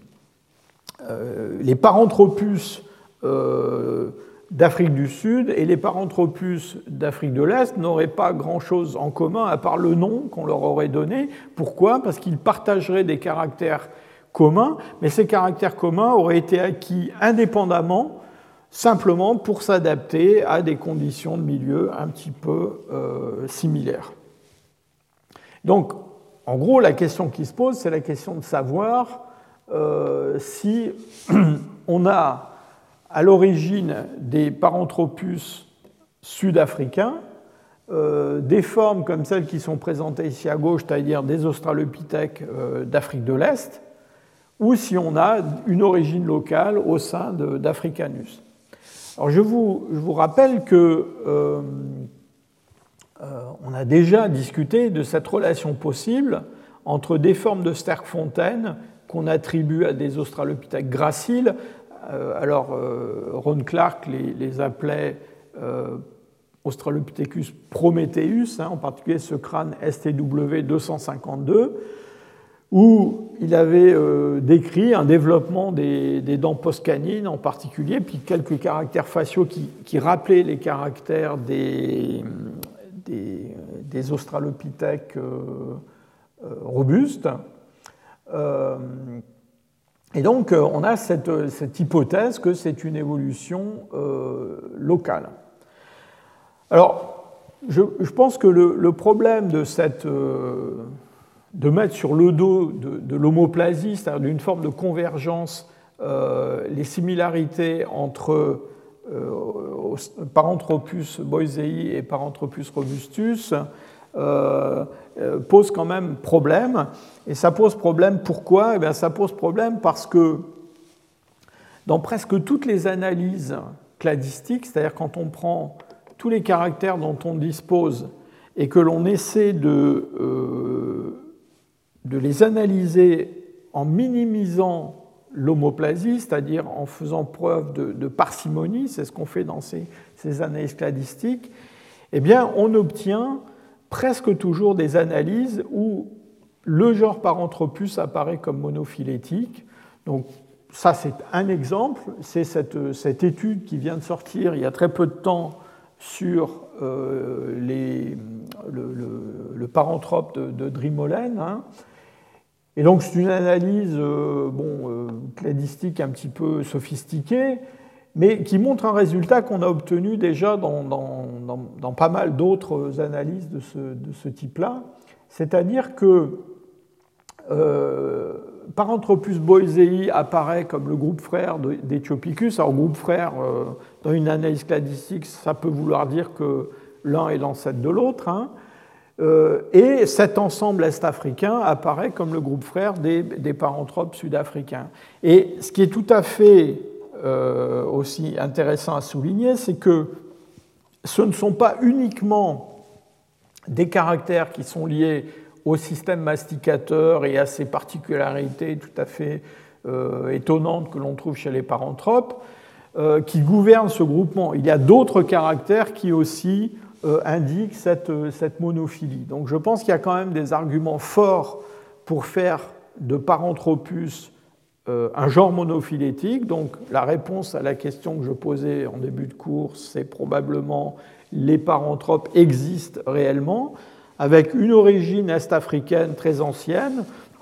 euh, les Paranthropus euh, d'Afrique du Sud et les Paranthropus d'Afrique de l'Est n'auraient pas grand-chose en commun à part le nom qu'on leur aurait donné. Pourquoi? Parce qu'ils partageraient des caractères communs, mais ces caractères communs auraient été acquis indépendamment, simplement pour s'adapter à des conditions de milieu un petit peu euh, similaires. Donc, en gros, la question qui se pose, c'est la question de savoir euh, si on a à l'origine des Paranthropus sud-africains euh, des formes comme celles qui sont présentées ici à gauche, c'est-à-dire des australopithèques euh, d'Afrique de l'Est, ou si on a une origine locale au sein d'Africanus. Alors je vous, je vous rappelle que euh, euh, on a déjà discuté de cette relation possible entre des formes de Sterkfontein qu'on attribue à des australopithèques graciles. Euh, alors euh, Ron Clark les, les appelait euh, Australopithecus prometheus, hein, en particulier ce crâne S T W deux cent cinquante-deux, où il avait euh, décrit un développement des, des dents postcanines en particulier, puis quelques caractères faciaux qui, qui rappelaient les caractères des, des, des australopithèques euh, euh, robustes. Euh, et donc, on a cette, cette hypothèse que c'est une évolution euh, locale. Alors, je, je pense que le, le problème de cette... Euh, de mettre sur le dos de, de l'homoplasie, c'est-à-dire d'une forme de convergence, euh, les similarités entre euh, Paranthropus boisei et Paranthropus robustus, euh, euh, pose quand même problème. Et ça pose problème pourquoi? Eh bien, ça pose problème parce que dans presque toutes les analyses cladistiques, c'est-à-dire quand on prend tous les caractères dont on dispose et que l'on essaie de... Euh, de les analyser en minimisant l'homoplasie, c'est-à-dire en faisant preuve de, de parcimonie, c'est ce qu'on fait dans ces, ces analyses cladistiques, eh bien, on obtient presque toujours des analyses où le genre Paranthropus apparaît comme monophylétique. Donc, ça, c'est un exemple. C'est cette, cette étude qui vient de sortir il y a très peu de temps sur euh, les, le, le, le paranthrope de, de Drimolen, hein. Et donc, c'est une analyse euh, bon, euh, cladistique un petit peu sophistiquée, mais qui montre un résultat qu'on a obtenu déjà dans, dans, dans, dans pas mal d'autres analyses de ce, de ce type-là. C'est-à-dire que euh, Paranthropus boisei apparaît comme le groupe frère d'Ethiopicus. Alors, groupe frère, euh, dans une analyse cladistique, ça peut vouloir dire que l'un est l'ancêtre de l'autre, hein. Euh, et cet ensemble est-africain apparaît comme le groupe frère des, des paranthropes sud-africains. Et ce qui est tout à fait euh, aussi intéressant à souligner, c'est que ce ne sont pas uniquement des caractères qui sont liés au système masticateur et à ses particularités tout à fait euh, étonnantes que l'on trouve chez les paranthropes euh, qui gouvernent ce groupement. Il y a d'autres caractères qui aussi Euh, indique cette, cette monophylie. Donc je pense qu'il y a quand même des arguments forts pour faire de Paranthropus euh, un genre monophylétique. Donc la réponse à la question que je posais en début de cours, c'est probablement les paranthropes existent réellement, avec une origine est-africaine très ancienne,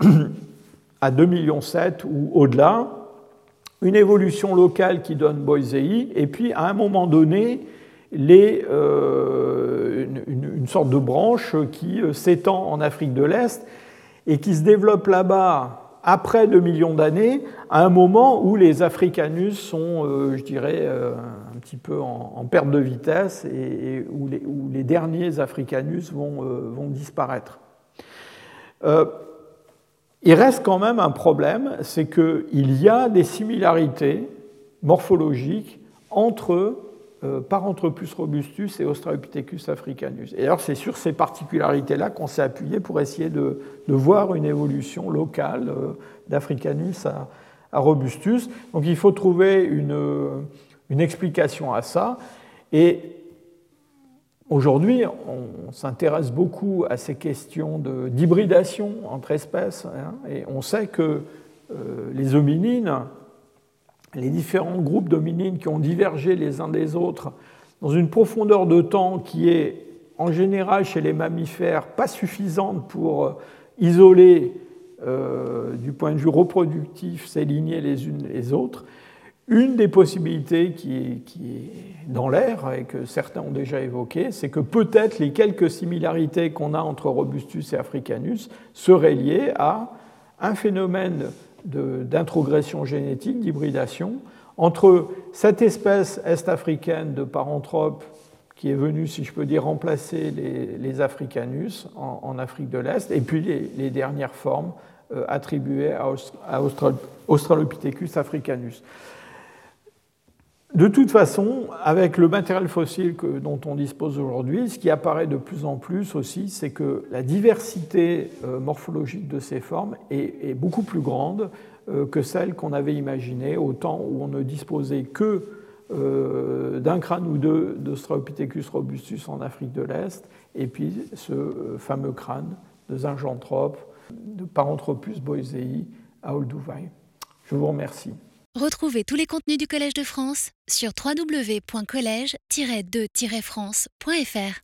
à deux virgule sept millions ou au-delà, une évolution locale qui donne boisei, et puis à un moment donné, Les, euh, une, une sorte de branche qui euh, s'étend en Afrique de l'Est et qui se développe là-bas après deux millions d'années, à un moment où les Africanus sont, euh, je dirais, euh, un petit peu en, en perte de vitesse et, et où, les, où les derniers Africanus vont, euh, vont disparaître. Euh, il reste quand même un problème, c'est qu'il y a des similarités morphologiques entre Paranthropus robustus et Australopithecus africanus. Et alors, c'est sur ces particularités-là qu'on s'est appuyé pour essayer de, de voir une évolution locale d'Africanus à, à Robustus. Donc, il faut trouver une, une explication à ça. Et Aujourd'hui, on s'intéresse beaucoup à ces questions de, d'hybridation entre espèces, hein, et on sait que euh, les hominines, les différents groupes d'hominines qui ont divergé les uns des autres dans une profondeur de temps qui est en général chez les mammifères pas suffisante pour isoler euh, du point de vue reproductif ces lignées les unes les autres. Une des possibilités qui est, qui est dans l'air et que certains ont déjà évoqué, c'est que peut-être les quelques similarités qu'on a entre Robustus et Africanus seraient liées à un phénomène de, d'introgression génétique, d'hybridation, entre cette espèce est-africaine de Paranthrope qui est venue, si je peux dire, remplacer les, les Africanus en, en Afrique de l'Est, et puis les, les dernières formes euh, attribuées à, Aust- à Austral- Australopithecus africanus. De toute façon, avec le matériel fossile que, dont on dispose aujourd'hui, ce qui apparaît de plus en plus aussi, c'est que la diversité euh, morphologique de ces formes est, est beaucoup plus grande euh, que celle qu'on avait imaginée au temps où on ne disposait que euh, d'un crâne ou deux d'Australopithecus robustus en Afrique de l'Est, et puis ce euh, fameux crâne de Zinjanthrope, de Paranthropus boisei à Olduvai. Je vous remercie. Retrouvez tous les contenus du Collège de France sur w w w point collège tiret de tiret france point f r.